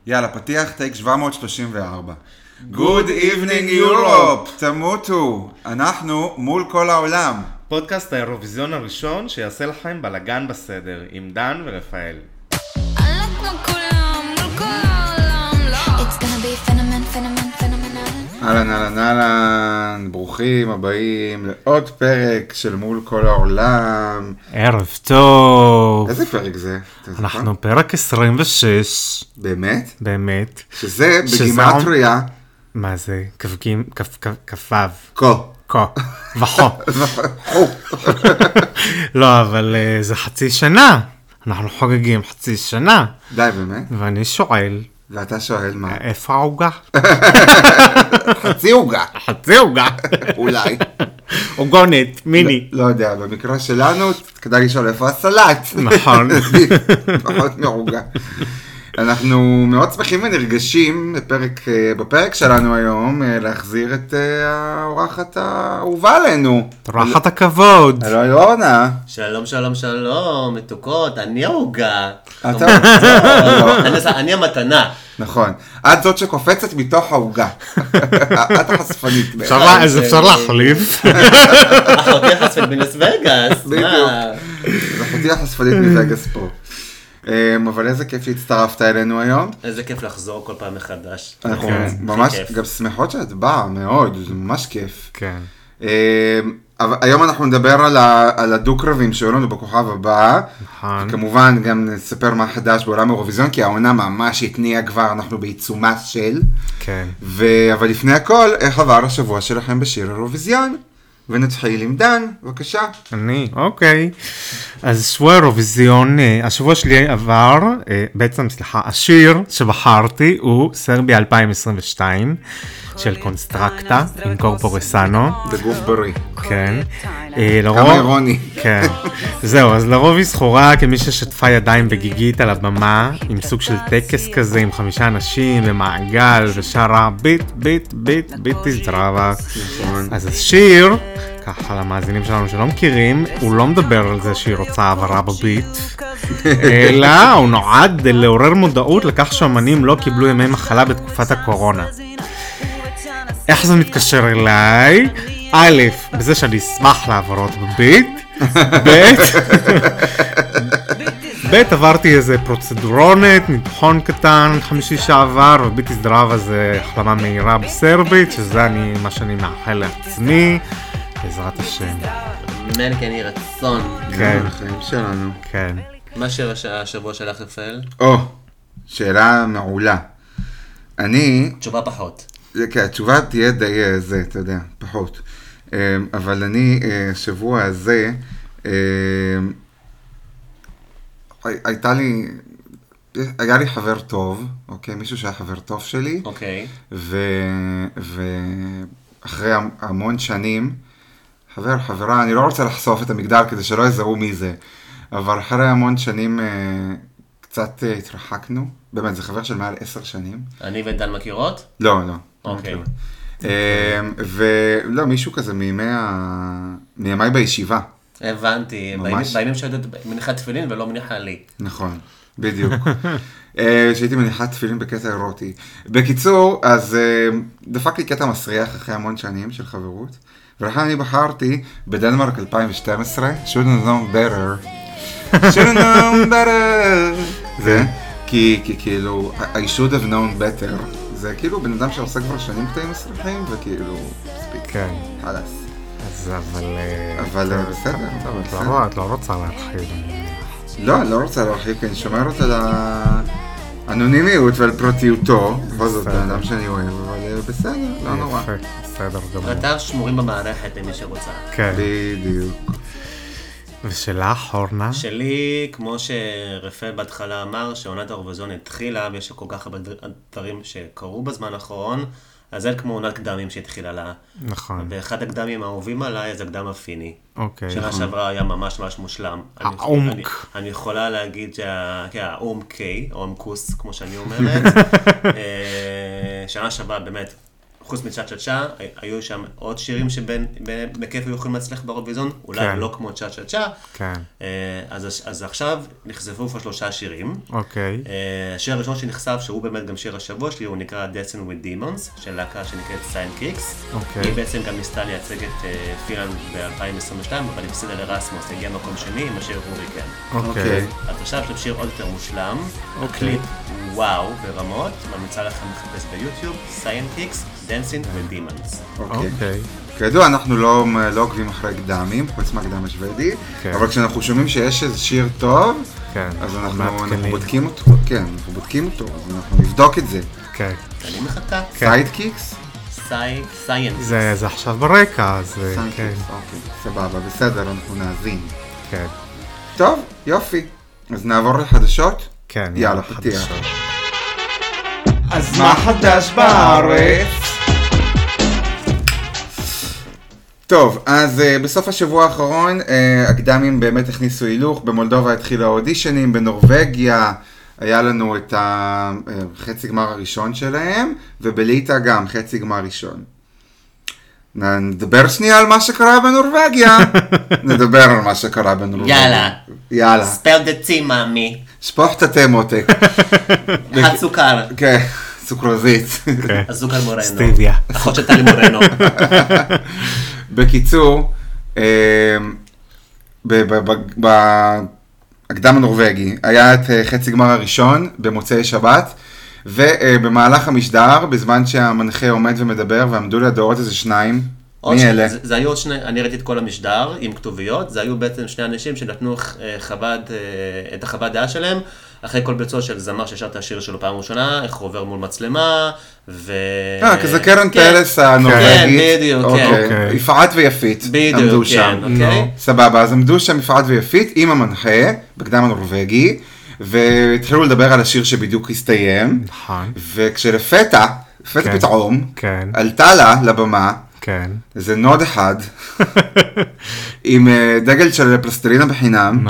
יאללה, פתיח טייק 734. Good evening Europe, תמותו. אנחנו מול כל העולם. פודקאסט האירוויזיון הראשון שיעשה לכם בלגן בסדר, עם דן ורפאל. אהלן, אהלן, אהלן, ברוכים הבאים לעוד פרק של מול כל העולם. ערב טוב. איזה פרק זה? אנחנו פרק 26. באמת? באמת. שזה בגימטריה. מה זה? כפב. כה. וחו. לא, אבל זה חצי שנה. אנחנו חוגגים חצי שנה. די, באמת? ואני שואל. ואתה שואל מה? איפה העוגה? חצי עוגה. חצי עוגה. אולי. עוגונת, מיני. לא יודע, במקרה שלנו כדאי לשאול איפה הסלט. נכון. פחות מעוגה. אנחנו מאוד שמחים ונרגשים בפרק שלנו היום להחזיר את האורחת האהובה עלינו. אורחת הכבוד. הלו יונה. שלום, שלום, שלום, מתוקות, אני העוגה. אני המתנה. נכון. את זאת שקופצת מתוך העוגה. את החשפנית. אז אפשר להחליף. אחותי החשפנית מלס וגאס. בדיוק. אחותי החשפנית מווגאס פה. אבל איזה כיף שהצטרפת אלינו היום. איזה כיף לחזור כל פעם מחדש. אנחנו ממש גם שמחות שאת באה, מאוד, זה ממש כיף. כן. היום אנחנו נדבר על הדו-קרבים שהיו לנו בכוכב הבא. נכון. כמובן גם נספר מה חדש בעולם האירוויזיון, כי העונה ממש התניעה כבר, אנחנו בעיצומה של. כן. אבל לפני הכל, איך עבר השבוע שלכם בשיר האירוויזיון? ונתחיל עם דן, בבקשה. אוקיי. אז שבוע האירוויזיון, השבוע שלי עבר, השיר שבחרתי הוא סרביה 2022, של קונסטרקטה, עם קורפורסנו. בגוף בריא. כן. כמה אירוני. כן. זהו, אז לרוב היא זכורה כמי ששטפה ידיים בגיגית על הבמה, עם סוג של טקס כזה, עם 5 אנשים, במעגל, ושרה ביט תזדרבה. אז השיר, ככה למאזינים שלנו שלא מכירים, הוא לא מדבר על זה שהיא רוצה העברה בביט, אלא הוא נועד לעורר מודעות לכך שאמנים לא קיבלו ימי מחלה בתקופת הקורונה. איך זה מתקשר אליי? א', בזה שאני אשמח לעברות בביט, ב', עברתי איזה פרוצדורונת, נדחון קטן, 5 שעבר, וביט הזדרבה זה החלמה מהירה בסרבית, שזה מה שאני מאחל לעצמי, בעזרת השם. אמן כן יהי רצון. כן. החיים שלנו. כן. מה השבוע שלך רפאל? שאלה מעולה. תשובה פחות. כן, התשובה תהיה די זה, אתה יודע, פחות. אבל אני, שבוע הזה, היה לי חבר טוב, אוקיי? מישהו שהיה חבר טוב שלי. אוקיי. ואחרי המון שנים, חברה, אני לא רוצה לחשוף את המגדר כדי שלא יזהו מי זה, אבל אחרי המון שנים קצת התרחקנו. באמת, זה חבר של מעל 10 שנים. אני ודן מכירות? לא. אוקיי. ולא, מישהו כזה מימיי בישיבה. הבנתי, בימים שהייתי מניחה תפילין ולא מניחה לי. נכון, בדיוק. שהייתי מניחה תפילין בקטע אירוטי. בקיצור, אז דפק לי קטע מסריח אחרי המון שנים של חברות, ולכן אני בחרתי בדנמרק 2012, should have known better. should have known better. זה, כי כאילו, I should have known better. זה כאילו בן אדם שעושה כבר שנים קטעים מסריחים, וכאילו, ספיק. כן. חלס. אז אבל בסדר. את לא רוצה להרחיב. לא רוצה להרחיב, כי אני שומרת על האנונימיות ועל פרטיותו, בכל זאת בן אדם שאני אוהב, אבל בסדר, לא נורא. בסדר גמור. פרטיו שמורים במערכת למי שרוצה. כן. בדיוק. ושלך, אורנה? שלי, כמו שרפאל בהתחלה אמר, שעונת האירוויזיון התחילה, ויש כל כך הרבה דברים שקרו בזמן האחרון, אז זה כמו עונת קדמים שהתחילה לה. נכון. באחד הקדמים האהובים עליי, זה הקדם הפיני. אוקיי. שנה שעברה היה ממש ממש מושלם. העומק. אני יכולה להגיד שהעומק, או עומקוס, כמו שאני אומרת. שנה שעברה באמת חוץ מצ'ה צ'ה צ'ה, היו שם עוד שירים שבכיף היו יכולים להצליח באירוויזיון, אולי לא כמו צ'ה צ'ה צ'ה. כן. אז עכשיו נחשפו כבר 3 שירים. אוקיי. השיר הראשון שנחשף, שהוא באמת גם שיר השבוע שלי, הוא נקרא Dancing with Demons, של להקה שנקראת Sidekick. אוקיי. היא בעצם גם ניסתה לייצג את פינלנד ב-2022, אבל הפסידה לרסמוס, הגיע מקום שני עם השיר הוריקן. אוקיי. אז עכשיו יש שיר עוד יותר מושלם, הקליפ וואו ברמות, ממליצה לכם לחפש ביוטיוב, Sidekick, Dancing with Demons. אוקיי. כידוע, אנחנו לא עוקבים אחרי גדמים, חוץ מהגדם השוודי, אבל כשאנחנו שומעים שיש איזה שיר טוב, אז אנחנו בודקים אותו, כן, אנחנו בודקים אותו, אז אנחנו נבדוק את זה. כן. אני מחכה. סיידקיקס? Science. זה עכשיו ברקע, אז כן. אוקיי, סבבה, בסדר, אנחנו נאזין. כן. טוב, יופי. אז נעבור לחדשות? כן, יאללה, פתיח. אז מה חדש בארץ? טוב, אז בסוף השבוע האחרון הקדמים באמת הכניסו הילוך, במולדובה התחילו האודישנים, בנורווגיה היה לנו את החצי גמר הראשון שלהם, ובליטא גם חצי גמר ראשון. נדבר שנייה על מה שקרה בנורווגיה. נדבר על מה שקרה בנורווגיה. יאללה. ספל דצי מאמי. שפוך את התה מותק. הסוכר. כן, סוכרזית. הסוכר מורנו. סטיביה. אחות של טלי מורנו. בקיצור, בהקדם הנורווגי היה את חצי גמר הראשון במוצאי שבת, ובמהלך המשדר, בזמן שהמנחה עומד ומדבר ועמדו לידו איזה 2, מי אלה? זה היו עוד שני, אני ראיתי את כל המשדר עם כתוביות, זה היו בעצם 2 אנשים שנתנו את החוות דעה שלהם, אחרי כל ביצוע של זמר ששר את השיר שלו פעם ראשונה, איך הוא עובר מול מצלמה, כזה קרן פלס הנורווגית. כן, בדיוק, כן. יפעת ויפית עמדו שם. סבבה, אז עמדו שם יפעת ויפית עם המנחה, בקדם הנורווגי, והתחילו לדבר על השיר שבדיוק הסתיים, וכשלפתע, פתאום, עלתה לה לבמה, זה נוד אחד, עם דגל של פלסטלינה בחינם,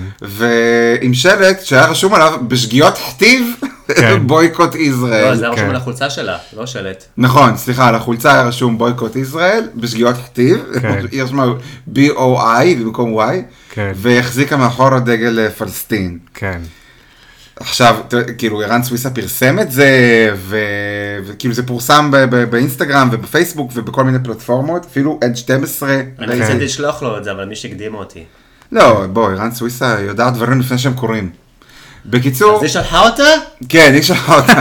ועם שלט שהיה רשום עליו בשגיאות כתיב בויקוט ישראל. לא, זה היה רשום על החולצה שלה, לא שלט. נכון, סליחה, על החולצה היה רשום בויקוט ישראל, בשגיאות כתיב, היא רשמה B-O-I במקום Y, והחזיקה מאחור דגל פלסטין. כן. עכשיו, כאילו, ערן סוויסה פרסם את זה, וכאילו זה פורסם באינסטגרם ובפייסבוק ובכל מיני פלטפורמות, אפילו N12. אני רציתי לשלוח לו את זה, אבל מי שהקדים אותי. לא, בוא, ערן סוויסה יודע דברים לפני שהם קורים. בקיצור... אז היא שלחה אותה? כן, היא שלחה אותה.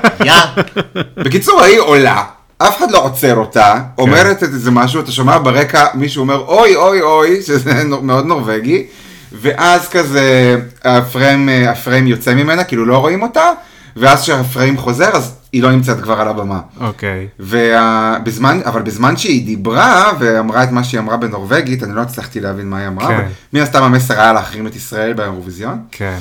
בקיצור, היא עולה, אף אחד לא עוצר אותה, אומרת את זה משהו, אתה שומע ברקע, מישהו אומר, אוי, אוי, אוי, שזה מאוד נורווגי, ואז כזה הפריים יוצא ממנה, כאילו לא רואים אותה, ואז כשהפריים חוזר, אז היא לא נמצאת כבר על הבמה. אוקיי. אבל בזמן שהיא דיברה, ואמרה את מה שהיא אמרה בנורווגית, אני לא הצלחתי להבין מה היא אמרה, מן הסתם המסר היה להחרים את ישראל באירוויזיון. כן.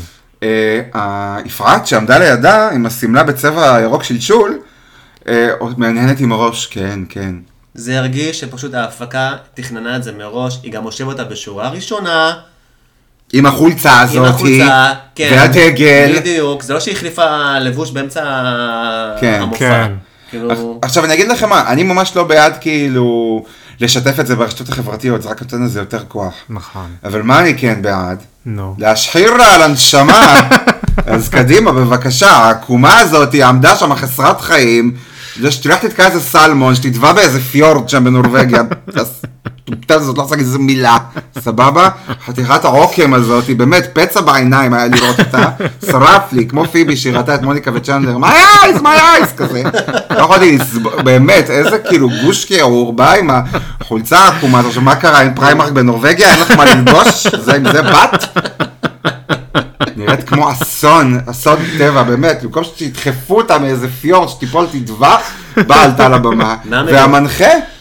יפעת שעמדה לידה, עם הסמלה בצבע הירוק שלשול, מעניינת עם הראש, כן, כן. זה הרגיש שפשוט ההפקה תכננה את זה מראש, היא גם הושיבה אותה בשורה ראשונה, עם החולצה הזאת, כן, והדגל. בדיוק, זה לא שהיא החליפה לבוש באמצע המופע. עכשיו אני אגיד לכם מה, אני ממש לא בעד כאילו לשתף את זה ברשתות החברתיות, זה רק נותן לזה יותר כוח. נכון. אבל מה אני כן בעד? להשחיר לה על הנשמה, אז קדימה בבקשה, העקומה הזאת היא עמדה שם חסרת חיים, שתלך תתקע איזה סלמון, שתטבע באיזה פיורד שם בנורווגיה, זאת לא עושה איזה מילה, סבבה? חתיכת הרוקם הזאת, היא באמת פצע בעיניים היה לראות אותה, שרף לי, כמו פיבי שהראתה את מוניקה וצ'נדלר, מה אייס, כזה. לא יכולתי, באמת, איזה כאילו גוש קיעור, בא עם החולצה העקומה, עכשיו מה קרה עם פריימרק בנורווגיה, אין לך מה ללבוש, עם זה בת? נראית כמו אסון טבע, באמת, במקום שתדחפו אותה מאיזה פיורד, שתיפול תדבח, באה עלתה לבמה, והמנחה,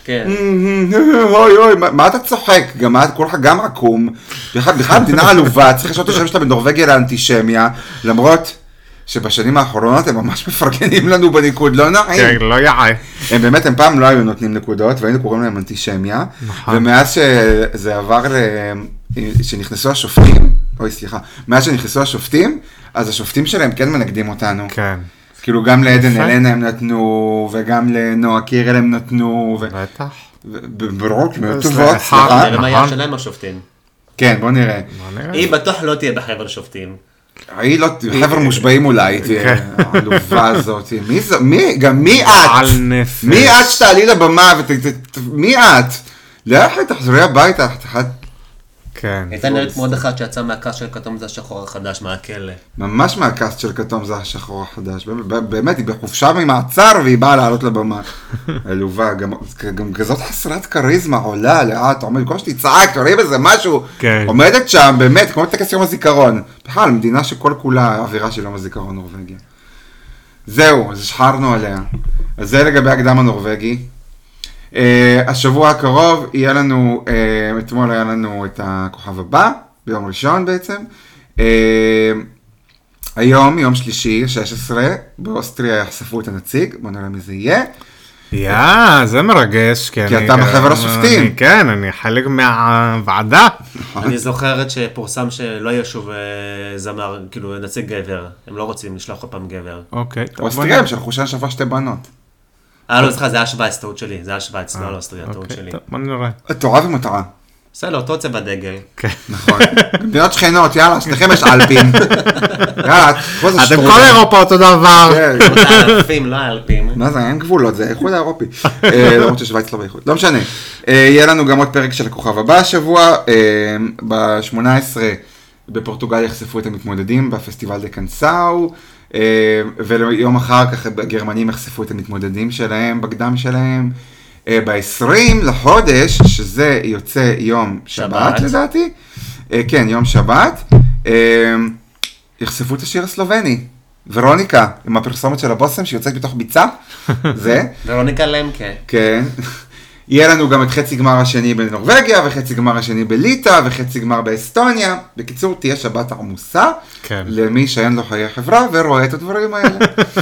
אוי אוי, מה אתה צוחק? כולך גם עקום, בכלל מדינה עלובה, צריך לשאול את השם שלה בנורווגיה לאנטישמיה, למרות שבשנים האחרונות הם ממש מפרגנים לנו בניקוד, לא נעים. כן, לא יעי. הם באמת, הם פעם לא היו נותנים נקודות, והיינו קוראים להם אנטישמיה, ומאז שזה עבר, שנכנסו השופטים, מאז שנכנסו השופטים, אז השופטים שלהם כן מנגדים אותנו. כן. כאילו גם לעדן יפה. אלנה הם נתנו, וגם לנועה קירל הם נתנו, בטח. ברור, מאוד אז טובות, לאחר- סליחה. נראה מה נכון. יהיה שלהם השופטים. כן, בוא נראה. בוא נראה. היא בטוח לא תהיה בחבר שופטים. היא לא, חבר מושבעים אולי, תהיה העלובה הזאת. מי זו, גם מי את? על נפש. מי את שתעלי לבמה, מי את? לכי תחזרי הביתה, את אחת כן. הייתה נראית מאוד אחת שיצאה מהכס של כתום זה השחור החדש מהכלא. ממש מהקאסט של כתום זה השחור החדש, באמת, היא בחופשה ממעצר והיא באה לעלות לבמה. עלובה, גם כזאת חסרת כריזמה, עולה לאט, עומדת, כל שתצעק, תראי בזה משהו, כן. עומדת שם, באמת, כמו טקס יום הזיכרון. בכלל, מדינה שכל כולה אווירה של יום הזיכרון נורווגיה. זהו, אז שחרנו עליה. אז זה לגבי הקדם הנורווגי. השבוע הקרוב יהיה לנו, אתמול היה לנו את הכוכב הבא, ביום ראשון בעצם. היום, יום שלישי, 16, באוסטריה יחשפו את הנציג, בוא נראה מי זה יהיה. זה מרגש. כי אתה מחבר השופטים. כן, אני חלק מהוועדה. אני זוכרת שפורסם שלא יהיה שוב זמר, כאילו נציג גבר. הם לא רוצים לשלוח עוד פעם גבר. אוקיי. טוב, בוא אוסטריה, נראה. הם שלחו שנה שעברה 2 בנות. לא, סליחה, זה היה שוויץ, טעות שלי. זה היה שוויץ, לא אוסטריה, טעות אוקיי, שלי. טוב, בוא נראה. תורה ומטרה. בסדר, אותו צבע דגל. כן. נכון. מדינות שכנות, יאללה, שניכם יש אלפים. יאללה, פה זה אתם שטרודל. כל אירופה אותו דבר. כן. אותה אלפים, לא האלפים. מה זה, אין גבולות, זה האיחוד האירופי. למרות ששוויץ לא באיחוד. לא משנה. יהיה לנו גם עוד פרק של הכוכב הבא השבוע. ב-18 בפורטוגל יחשפו את המתמודדים בפסטיבל דה קנסאו. ויום אחר כך הגרמנים יחשפו את המתמודדים שלהם, בקדם שלהם. ב-20 לחודש, שזה יוצא יום שבת לדעתי. כן, יום שבת. יחשפו את השיר הסלובני. ורוניקה, עם הפרסומת של הבוסם שיוצאת בתוך ביצה, זה. ורוניקה למקה. כן. יהיה לנו גם את חצי גמר השני בנורווגיה, וחצי גמר השני בליטא, וחצי גמר באסטוניה. בקיצור, תהיה שבת עמוסה, כן. למי שאין לו חיי חברה, ורואה את הדברים האלה.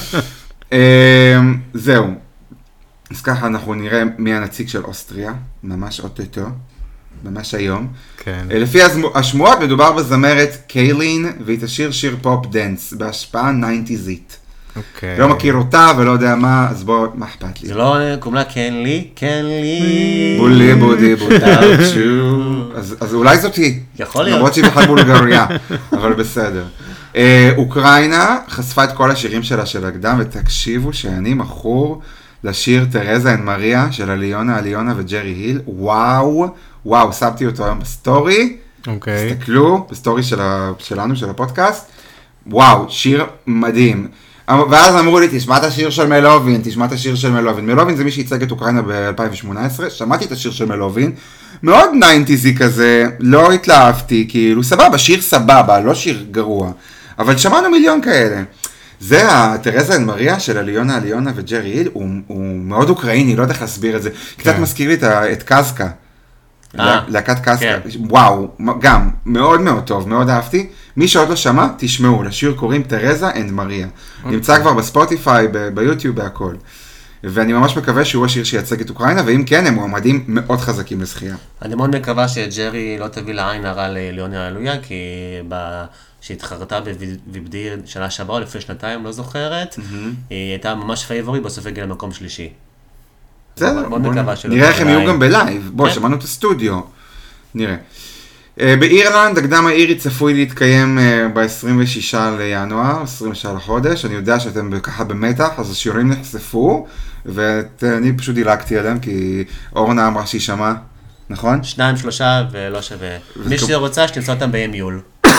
זהו. אז ככה אנחנו נראה מי הנציג של אוסטריה, ממש אוטוטו, ממש היום. כן. לפי השמועות מדובר בזמרת קיילין, והיא תשיר שיר פופ דנס, בהשפעה 90'זית. אוקיי. לא מכיר אותה ולא יודע מה, אז בוא, מה אכפת לי? זה לא קומלה כן לי, כן לי. בולי בודי בודאצ'ו. אז אולי זאת היא. יכול להיות. למרות שהיא בכלל בולגריה, אבל בסדר. אוקראינה חשפה את כל השירים שלה של הקדם, ותקשיבו שאני מכור לשיר תרזה אנד מריה של אליונה וג'רי היל. וואו, שמתי אותו היום בסטורי. אוקיי. תסתכלו, בסטורי שלנו, של הפודקאסט. וואו, שיר מדהים. ואז אמרו לי, תשמע את השיר של מלובין. מלובין זה מי שייצג את אוקראינה ב-2018, שמעתי את השיר של מלובין, מאוד 90'זי כזה, לא התלהבתי, כאילו סבבה, שיר סבבה, לא שיר גרוע, אבל שמענו מיליון כאלה. זה התרזה אנד מריה של אליונה וג'רי היל, הוא מאוד אוקראיני, לא יודע איך להסביר את זה, קצת מזכיר לי את קזקה. להקת קסקה, וואו, גם מאוד מאוד טוב, מאוד אהבתי. מי שעוד לא שמע, תשמעו, לשיר קוראים תרזה אנד מריה. נמצא כבר בספוטיפיי, ביוטיוב, בהכל. ואני ממש מקווה שהוא השיר שייצג את אוקראינה, ואם כן, הם מועמדים מאוד חזקים לזכייה. אני מאוד מקווה שג'רי לא תביא לעין הרע לליונה אלויה, כי שהתחרתה בבדי שנה שעברה, לפני שנתיים, לא זוכרת, היא הייתה ממש פייבורי, בסוף הגיעה למקום שלישי. בסדר, נראה איך הם יהיו גם בלייב. בוא, שמענו את הסטודיו. נראה. באירלנד, הקדם האירי צפוי להתקיים ב-26 לינואר, 26 לחודש. אני יודע שאתם ככה במתח, אז השיעורים נחשפו, ואני פשוט דילגתי עליהם, כי אורנה אמרה שהיא שמעה, נכון? 2-3 ולא שווה. מי שרוצה, שתמצא אותם בימיול.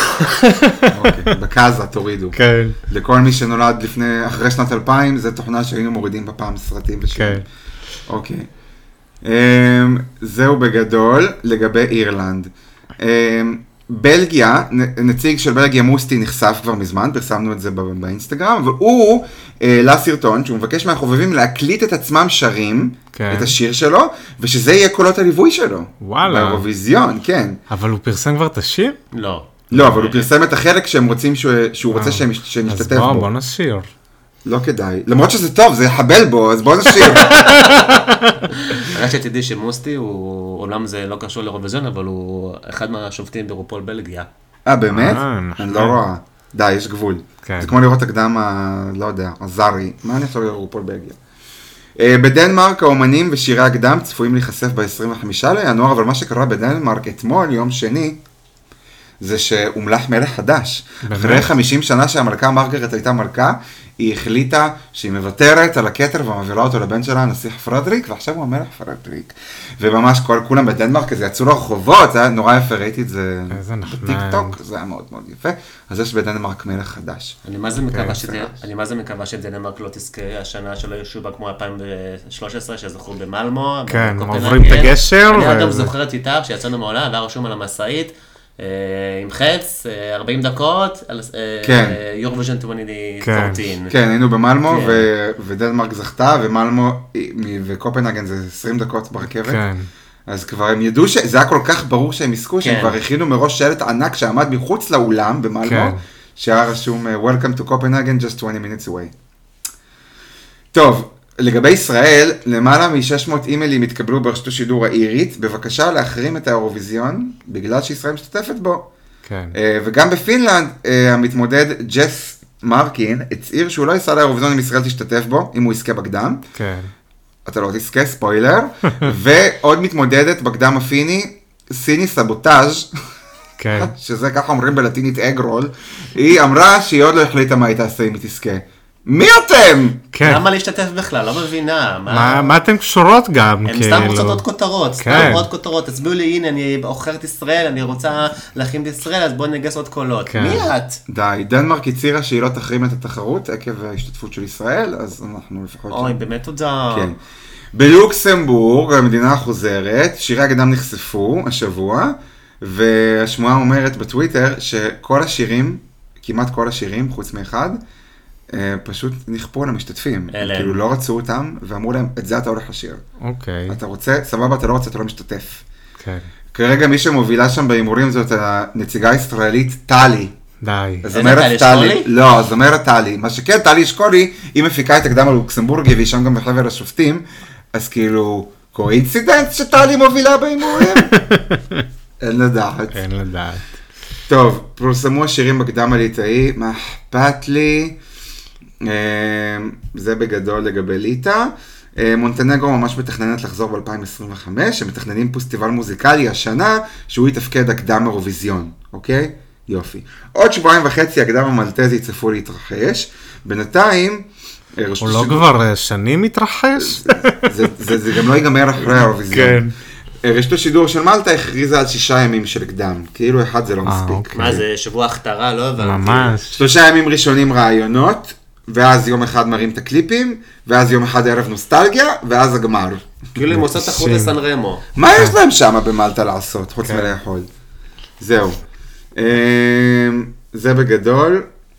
אוקיי, בקאזה תורידו. כן. לכל מי שנולד אחרי שנת 2000, זו תוכנה שהיינו מורידים בפעם סרטים ושירים. כן. אוקיי. זהו בגדול לגבי אירלנד. בלגיה, נציג של בלגיה מוסטי נחשף כבר מזמן, פרסמנו את זה באינסטגרם, אבל הוא לסרטון שהוא מבקש מהחובבים להקליט את עצמם שרים, את השיר שלו, ושזה יהיה קולות הליווי שלו. וואלה. באירוויזיון, כן. אבל הוא פרסם כבר את השיר? לא. לא, אבל הוא פרסם את החלק שהם רוצים, שהוא רוצה שנשתתף בו. אז בוא נשיר. לא כדאי. למרות שזה טוב, זה יחבל בו, אז בוא נשאיר. רק שתדעי שמוסטי הוא, אומנם זה לא קשור לאירוויזיון, אבל הוא אחד מהשופטים ברופול בלגיה. באמת? אני לא רואה. די, יש גבול. כן. זה כמו לראות הקדם, לא יודע, הזרי. מה אני עכשיו לראות פה בלגיה? בדנמרק האומנים ושירי הקדם צפויים להיחשף ב-25 לינואר, אבל מה שקרה בדנמרק אתמול, יום שני, זה שהומלך מלך חדש. אחרי 50 שנה שהמלכה מרגרט הייתה מלכה, היא החליטה שהיא מוותרת על הכתר ומעבירה אותו לבן שלה, הנסיך פרדריק, ועכשיו הוא המלך פרדריק. וממש כולם בדנמרק כזה יצאו לרחובות, זה היה נורא יפה, ראיתי את זה בטיק טוק, זה היה מאוד מאוד יפה. אז יש בדנמרק מלך חדש. אני מה זה מקווה שדנמרק לא תזכה השנה שלא ישו בה כמו 2013, שזכו במלמו. כן, עוברים את הגשר. אני אגב זוכרת איתה שיצאנו מעולה, והיה רשום על המשאית, עם חץ, 40 דקות, יורוויז'ן 2014. כן, היינו במלמו, ודנמרק זכתה, ומלמו וקופנהגן זה 20 דקות ברכבת. אז כבר הם ידעו שזה היה כל כך ברור שהם עסקו, שהם כבר הכינו מראש שלט ענק שעמד מחוץ לאולם במלמו, שהיה רשום Welcome to Copenhagen, just 20 minutes away. טוב, לגבי ישראל, למעלה מ-600 אימיילים התקבלו ברשת השידור האירית, בבקשה להחרים את האירוויזיון, בגלל שישראל משתתפת בו. כן. וגם בפינלנד, המתמודד ג'ס מרקין הצהיר שהוא לא ייסע לאירוויזיון אם ישראל תשתתף בו, אם הוא יזכה בקדם. כן. אתה לא תזכה, ספוילר. ועוד מתמודדת בקדם הפיני, סיני סבוטאז', כן. שזה ככה אומרים בלטינית אגרול, היא אמרה שהיא עוד לא החליטה מה היא תעשה אם היא תזכה. מי אתם? למה להשתתף בכלל? לא מבינה. מה אתם קשורות גם? הם סתם רוצות עוד כותרות, סתם עוד כותרות. תצביעו לי, הנה, אני אוכרת ישראל, אני רוצה להחרים את ישראל, אז בואו נגייס עוד קולות. מי את? די, דנמרק הצהירה שהיא לא תחרים את התחרות עקב ההשתתפות של ישראל, אז אנחנו לפחות... אוי, באמת תודה. כן. בלוקסמבורג, המדינה החוזרת, שירי הקדם נחשפו השבוע, והשמועה אומרת בטוויטר שכל השירים, כמעט כל השירים, חוץ מאחד, פשוט נכפו על המשתתפים. כאילו לא רצו אותם, ואמרו להם, את זה אתה הולך לשיר. אוקיי. אתה רוצה, סבבה, אתה לא רוצה, אתה לא משתתף. כן. כרגע מי שמובילה שם בהימורים זאת הנציגה הישראלית טלי. די. איזה טלי אשכולי? לא, זמרת טלי. מה שכן, טלי אשכולי, היא מפיקה את הקדם הלוקסמבורגי, והיא שם גם בחבר השופטים, אז כאילו, קואינסידנס שטלי מובילה בהימורים? אין לדעת. אין לדעת. טוב, פורסמו השירים בקדם הליטאי, מה אכפת לי? זה בגדול לגבי ליטא. מונטנגרו ממש מתכננת לחזור ב-2025, הם מתכננים פסטיבל מוזיקלי השנה, שהוא יתפקד הקדם אירוויזיון, אוקיי? יופי. עוד 2.5 הקדם המלטזי צפו להתרחש, בינתיים... הוא לא כבר שנים מתרחש? זה גם לא ייגמר אחרי האירוויזיון. כן. רשת השידור של מלטה הכריזה על 6 ימים של קדם, כאילו אחד זה לא מספיק. מה זה, שבוע הכתרה, לא הבנתי. ממש. 3 ימים ראשונים רעיונות, ואז יום אחד מראים את הקליפים, ואז יום אחד ערב נוסטלגיה, ואז הגמר. כאילו הם עושות תחרות לסן רמו. מה יש להם שם במלטה לעשות, חוץ מלאכול? זהו. זה בגדול.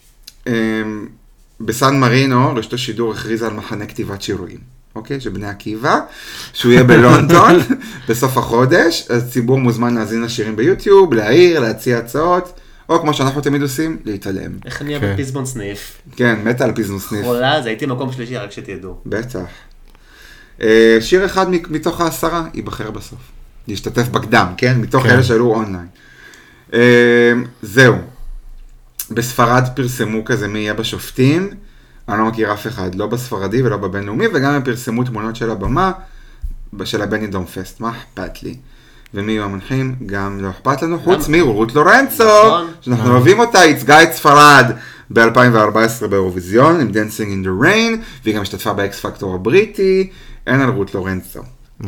בסן מרינו, רשת השידור הכריזה על מחנה כתיבת שירים. אוקיי? שבני עקיבא, שהוא יהיה בלונדון בסוף החודש, אז ציבור מוזמן להזין לשירים ביוטיוב, להעיר, להציע הצעות, או כמו שאנחנו תמיד עושים, להתעלם. איך אני אוהב פיזמון סניף? כן, מתה על פיזמון סניף. חולה, זה הייתי מקום שלישי, רק שתדעו. בטח. שיר אחד מתוך 10 ייבחר בסוף. להשתתף בקדם, כן? מתוך אלה שעלו אונליין. זהו. בספרד פרסמו כזה מי יהיה בשופטים, אני לא מכיר אף אחד, לא בספרדי ולא בבינלאומי, וגם הם פרסמו תמונות של הבמה, של הבנידום פסט, מה אכפת לי? ומי יהיו המנחים? גם לא אכפת לנו, חוץ מרות לורנצו, שאנחנו אוהבים אותה, ייצגה את ספרד ב-2014 באירוויזיון, עם Dancing in the Rain, והיא גם השתתפה באקס פקטור הבריטי, אין על רות לורנצו.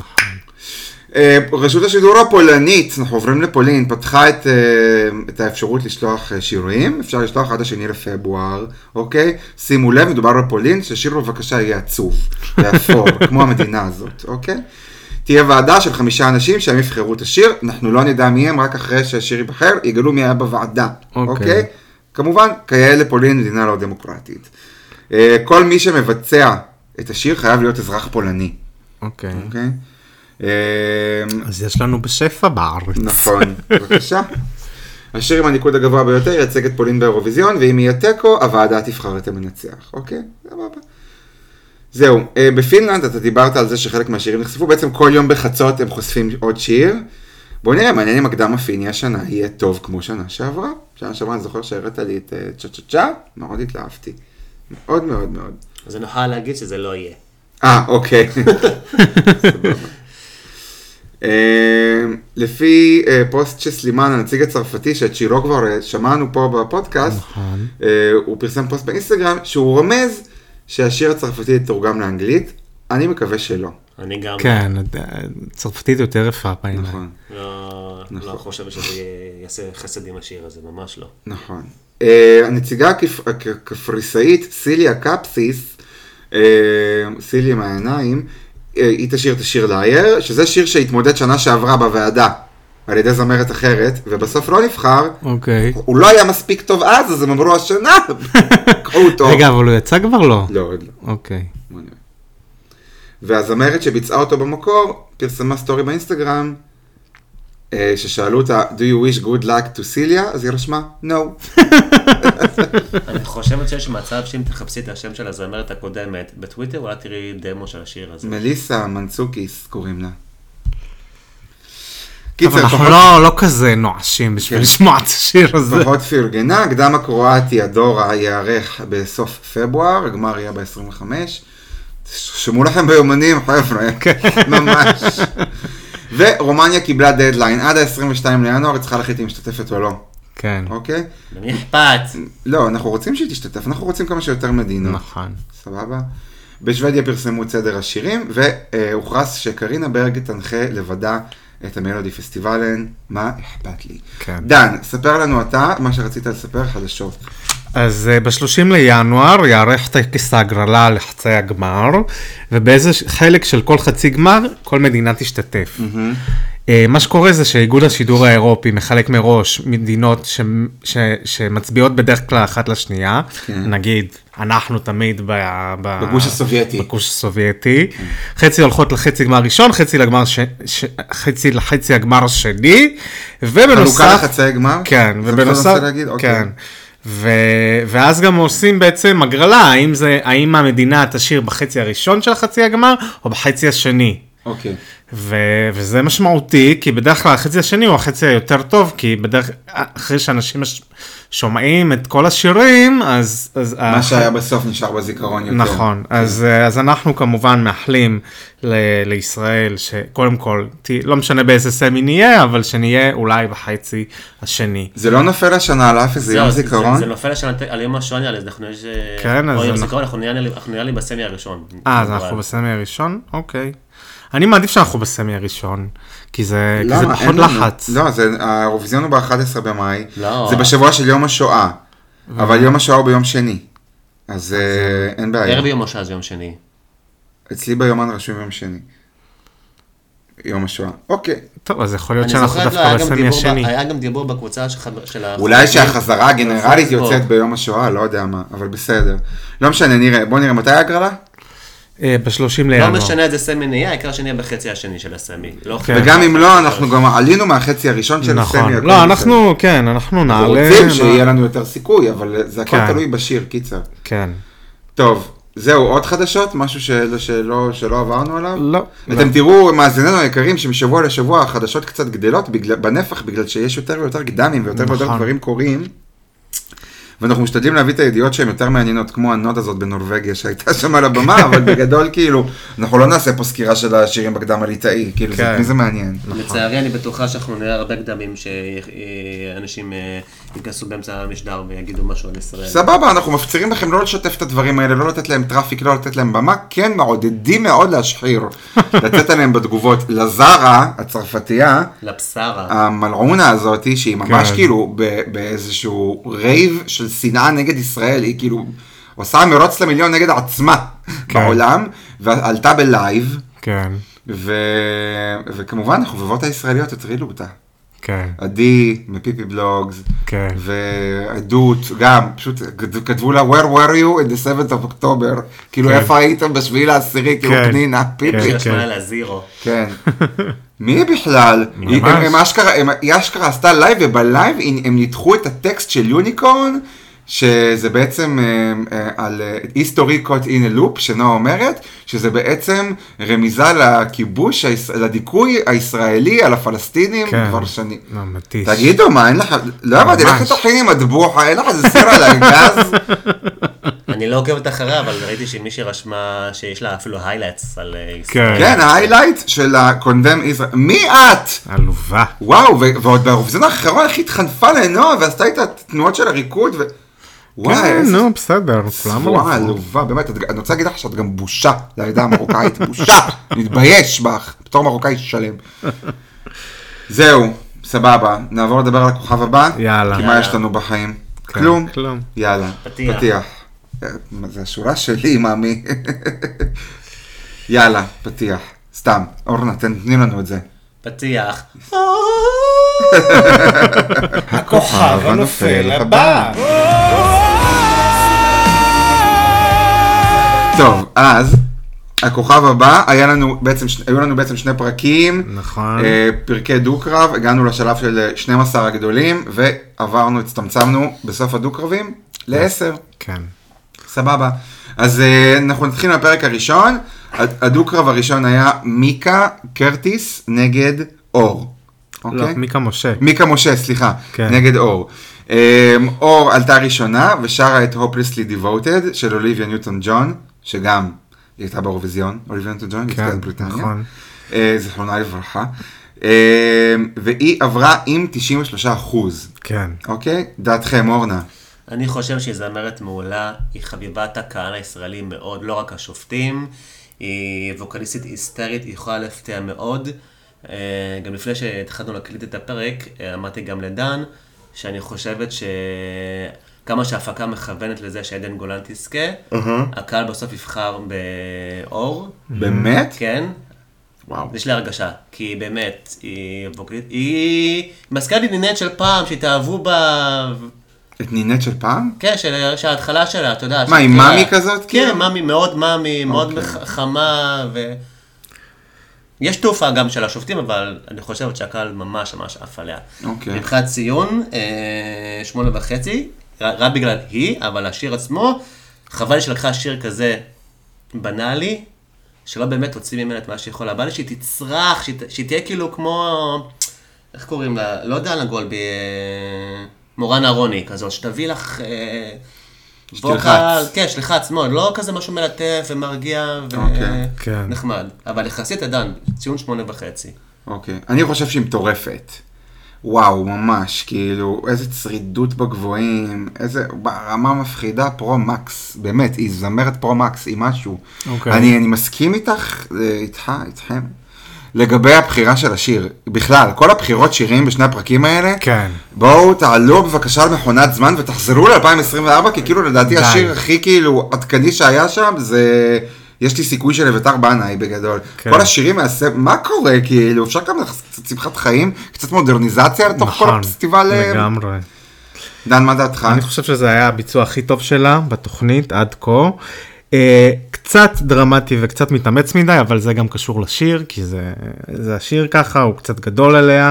רשות השידור הפולנית, אנחנו עוברים לפולין, פתחה את האפשרות לשלוח שירים, אפשר לשלוח עד 2 לפברואר, אוקיי? שימו לב, מדובר בפולין, ששיר בבקשה יהיה עצוב, ואפור, כמו המדינה הזאת, אוקיי? תהיה ועדה של 5 אנשים שהם יבחרו את השיר, אנחנו לא נדע מי הם, רק אחרי שהשיר ייבחר, יגלו מי היה בוועדה, אוקיי? כמובן, כיאה לפולין, מדינה לא דמוקרטית. כל מי שמבצע את השיר חייב להיות אזרח פולני. אוקיי. אוקיי? אז יש לנו בשפע בארץ. נכון, בבקשה. השיר עם הניקוד הגבוה ביותר ייצג את פולין באירוויזיון, ואם יהיה תיקו, הוועדה תבחר את המנצח. אוקיי? זהו. בפינלנד אתה דיברת על זה שחלק מהשירים נחשפו, בעצם כל יום בחצות הם חושפים עוד שיר, בוא נראה, מעניין אם הקדם הפיני השנה יהיה טוב כמו שנה שעברה. שנה שעברה אני זוכר שהראית לי את צ'ה צ'ה צ'ה, מאוד התלהבתי. מאוד מאוד מאוד. אז אני נוכל להגיד שזה לא יהיה. אוקיי. לפי פוסט של סלימן, הנציג הצרפתי, שאת שירו כבר שמענו פה בפודקאסט, הוא פרסם פוסט באינסטגרם, שהוא רומז שהשיר הצרפתי יתורגם לאנגלית, אני מקווה שלא. אני גם... כן, צרפתית יותר יפה בעיניי. נכון. לא חושב שזה יעשה חסד עם השיר הזה, ממש לא. נכון. הנציגה הקפריסאית, סיליה קפסיס, סיליה מהעיניים, היא תשאיר את השיר לאייר, שזה שיר שהתמודד שנה שעברה בוועדה, על ידי זמרת אחרת, ובסוף לא נבחר. אוקיי. הוא לא היה מספיק טוב אז הם אמרו השנה, קחו אותו. רגע, אבל הוא יצא כבר לא? לא, עוד לא. אוקיי. והזמרת שביצעה אותו במקור, פרסמה סטורי באינסטגרם, ששאלו אותה, do you wish good luck to Celia? אז היא רשמה, no. אני חושבת שיש מצב שאם תחפשי את השם של הזמרת הקודמת בטוויטר, אולי תראי דמו של השיר הזה. מליסה מנצוקיס קוראים לה. אבל אנחנו לא כזה נואשים בשביל לשמוע את השיר הזה. פחות פרגנה, הקדם הקרואטי הדורה יארך בסוף פברואר, הגמר יהיה ב-25. שמעו לכם ביומנים, חבר'ה, ממש. ורומניה קיבלה דדליין, עד ה-22 לינואר, היא צריכה להחליט אם משתתפת או לא. כן. אוקיי? למי אכפת? לא, אנחנו רוצים שהיא תשתתף, אנחנו רוצים כמה שיותר מדינות. נכון. סבבה? בשוודיה פרסמו את סדר השירים, והוכרס שקרינה ברג תנחה לבדה את המלודי פסטיבלן, מה אכפת לי. כן. דן, ספר לנו אתה מה שרצית לספר חדשות. אז ב-30 לינואר יערך טקס ההגרלה לחצי הגמר, ובאיזה חלק של כל חצי גמר, כל מדינה תשתתף. מה שקורה זה שאיגוד השידור האירופי מחלק מראש מדינות שמצביעות בדרך כלל אחת לשנייה, נגיד, אנחנו תמיד בגוש הסובייטי. בגוש הסובייטי. חצי הולכות לחצי גמר ראשון, חצי לחצי הגמר השני, ובנוסף... חלוקה לחצי הגמר? כן, ובנוסף... כן. ואז גם עושים בעצם הגרלה, האם המדינה תשאיר בחצי הראשון של החצי הגמר, או בחצי השני. אוקיי. וזה משמעותי, כי בדרך כלל החצי השני הוא החצי היותר טוב, כי בדרך אחרי שאנשים שומעים את כל השירים, אז... מה שהיה בסוף נשאר בזיכרון יותר. נכון, אז אנחנו כמובן מאחלים לישראל, שקודם כל, לא משנה באיזה סמי נהיה, אבל שנהיה אולי בחצי השני. זה לא נופל השנה על אף איזה יום זיכרון? זה נופל השנה על יום השואה נראה לי, או יום זיכרון, אנחנו נראה לי בסמי הראשון. אז אנחנו בסמי הראשון? אוקיי. אני מעדיף שאנחנו בסמי הראשון, כי זה פחות לחץ. לא, האירוויזיון הוא ב-11 במאי, זה בשבוע של יום השואה, אבל יום השואה הוא ביום שני, אז אין בעיה. ערב יום השואה זה יום שני. אצלי ביומן רשום יום שני. יום השואה, אוקיי. טוב, אז יכול להיות שאנחנו דווקא בסמי השני. היה גם דיבור בקבוצה של... אולי שהחזרה הגנרלית יוצאת ביום השואה, לא יודע מה, אבל בסדר. לא משנה, נראה, בוא נראה, מתי ההגרלה? ב-30 לינואר. לא משנה איזה סמי נהיה, העיקר שנהיה בחצי השני של הסמי. וגם אם לא, אנחנו גם עלינו מהחצי הראשון של הסמי. נכון, לא, אנחנו, כן, אנחנו נעלה. אנחנו רוצים שיהיה לנו יותר סיכוי, אבל זה הכל תלוי בשיר, קיצר. כן. טוב, זהו, עוד חדשות? משהו שלא עברנו עליו? לא. אתם תראו, מאזיננו היקרים, שמשבוע לשבוע החדשות קצת גדלות בנפח, בגלל שיש יותר ויותר גדמים ויותר ויותר דברים קורים. ואנחנו משתדלים להביא את הידיעות שהן יותר מעניינות, כמו הנוד הזאת בנורווגיה שהייתה שם על הבמה, אבל בגדול כאילו, אנחנו לא נעשה פה סקירה של השירים בקדם הליטאי, כאילו מי זה מעניין. לצערי אני בטוחה שאנחנו נראה הרבה קדמים שאנשים ייכנסו באמצע המשדר ויגידו משהו על ישראל. סבבה, אנחנו מפצירים בכם לא לשתף את הדברים האלה, לא לתת להם טראפיק, לא לתת להם במה, כן מעודדים מאוד להשחיר, לתת עליהם בתגובות לזרה, הצרפתייה, לבשרה, המלעונה הזאת, שהיא ממש כאילו באיזשהו רייב של שנאה נגד ישראל, היא כאילו עושה מרוץ למיליון נגד עצמה בעולם, ועלתה בלייב, וכמובן החובבות הישראליות הטרילו אותה. עדי, מפיפי בלוגס, ועדות, גם, פשוט כתבו לה, where were you in the 7th of October, כאילו איפה הייתם בשביעי לעשירי, כאילו פנינה, פיפי. יש מה לזירו. כן. מי בכלל? היא אשכרה עשתה לייב, ובלייב הם ניתחו את הטקסט של יוניקורן, שזה בעצם על היסטורי קוט אין לופ, שנועה אומרת, שזה בעצם רמיזה לכיבוש, לדיכוי הישראלי על הפלסטינים כבר שנים. מתיש. תגידו, מה, אין לך, לא הבאתי, לך תתחיל עם הדבוחה, אין לך איזה סיר על הגז? אני לא עוקבת אחריה, אבל ראיתי שמישהי רשמה שיש לה אפילו היילייטס על כן, ההיילייט של הקונדם ישראל. מי את? עלובה. וואו, ועוד באירוויזיון האחרון איך התחנפה לנועה, ועשתה את התנועות של הריקוד, כן, נו, בסדר, כולם עלובה, באמת, אני רוצה להגיד לך שאת גם בושה לעדה המרוקאית, בושה, נתבייש בך, בתור מרוקאי שלם. זהו, סבבה, נעבור לדבר על הכוכב הבא? יאללה. כי מה יש לנו בחיים? כלום? כלום. יאללה, פתיח. זה השורה שלי, מאמי. יאללה, פתיח. סתם, אורנה, תני לנו את זה. פתיח. הכוכב הנופל הבא. טוב, אז הכוכב הבא, היו לנו בעצם שני פרקים, נכון. פרקי דו-קרב, הגענו לשלב של 12 הגדולים, ועברנו, הצטמצמנו בסוף הדו-קרבים ל-10. כן. סבבה. אז אנחנו נתחיל מהפרק הראשון, הדו-קרב הראשון היה מיקה קרטיס נגד אור. לא, מיקה משה. מיקה משה, סליחה, נגד אור. אור עלתה ראשונה ושרה את Hopelessly Devoted של אוליביה ניוטון ג'ון, שגם היא הייתה באירוויזיון, אוליביה ניוטון ג'ון, היא הייתה בבריטניה. נכון. זכרונה לברכה. והיא עברה עם 93%. כן. אוקיי? דעתכם, אורנה. אני חושב שהיא זמרת מעולה, היא חביבת הקהל הישראלי מאוד, לא רק השופטים, היא ווקליסטית היסטרית, היא יכולה להפתיע מאוד. גם לפני שהתחלנו להקליט את הפרק, אמרתי גם לדן, שאני חושבת שכמה שההפקה מכוונת לזה שעדן גולן תזכה, הקהל בסוף יבחר באור. באמת? כן. וואו. יש לי הרגשה, כי באמת, היא מזכירה לי נינט של פעם, שהתאהבו בה... את נינט של פעם? כן, שההתחלה שלה, אתה יודע. מה, עם מאמי כזאת? כן, מאמי, מאוד חמה, יש תעופה גם של השופטים, אבל אני חושבת שהקהל ממש עף עליה. מבחינת ציון, 8.5, רק בגלל היא, אבל השיר עצמו, חבל שלקחה שיר כזה בנאלי, שלא באמת הוציא ממנה את מה שיכול. בא לי שהיא תצרח, שהיא תהיה כאילו כמו, איך קוראים לה? לא יודע לגול מורן ארוני כזאת, שתביא לך שתלחץ. כן, שתלחץ מאוד, לא כזה משהו מלטף ומרגיע ונחמד. אבל יחסית עדן, ציון 8.5. אוקיי, אני חושב שהיא מטורפת. וואו, ממש, כאילו, איזה צרידות בגבוהים, איזה, ברמה מפחידה, פרו-מקס, באמת, היא זמרת פרו-מקס, היא משהו. אני מסכים איתך, איתכם. לגבי הבחירה של השיר, בכלל, כל הבחירות שירים בשני הפרקים האלה, כן. בואו תעלו בבקשה על מכונת זמן ותחזרו ל-2024, כי כאילו לדעתי השיר הכי כאילו עדכני שהיה שם, זה יש לי סיכוי של אביתר בנאי בגדול. כן. כל השירים מה קורה כאילו, אפשר גם קצת שמחת חיים, קצת מודרניזציה לתוך נכון, כל הפסטיבל. לגמרי. דן, מה דעתך? אני חושב שזה היה הביצוע הכי טוב שלה בתוכנית עד כה. קצת דרמטי וקצת מתאמץ מדי, אבל זה גם קשור לשיר, כי זה השיר ככה, הוא קצת גדול עליה.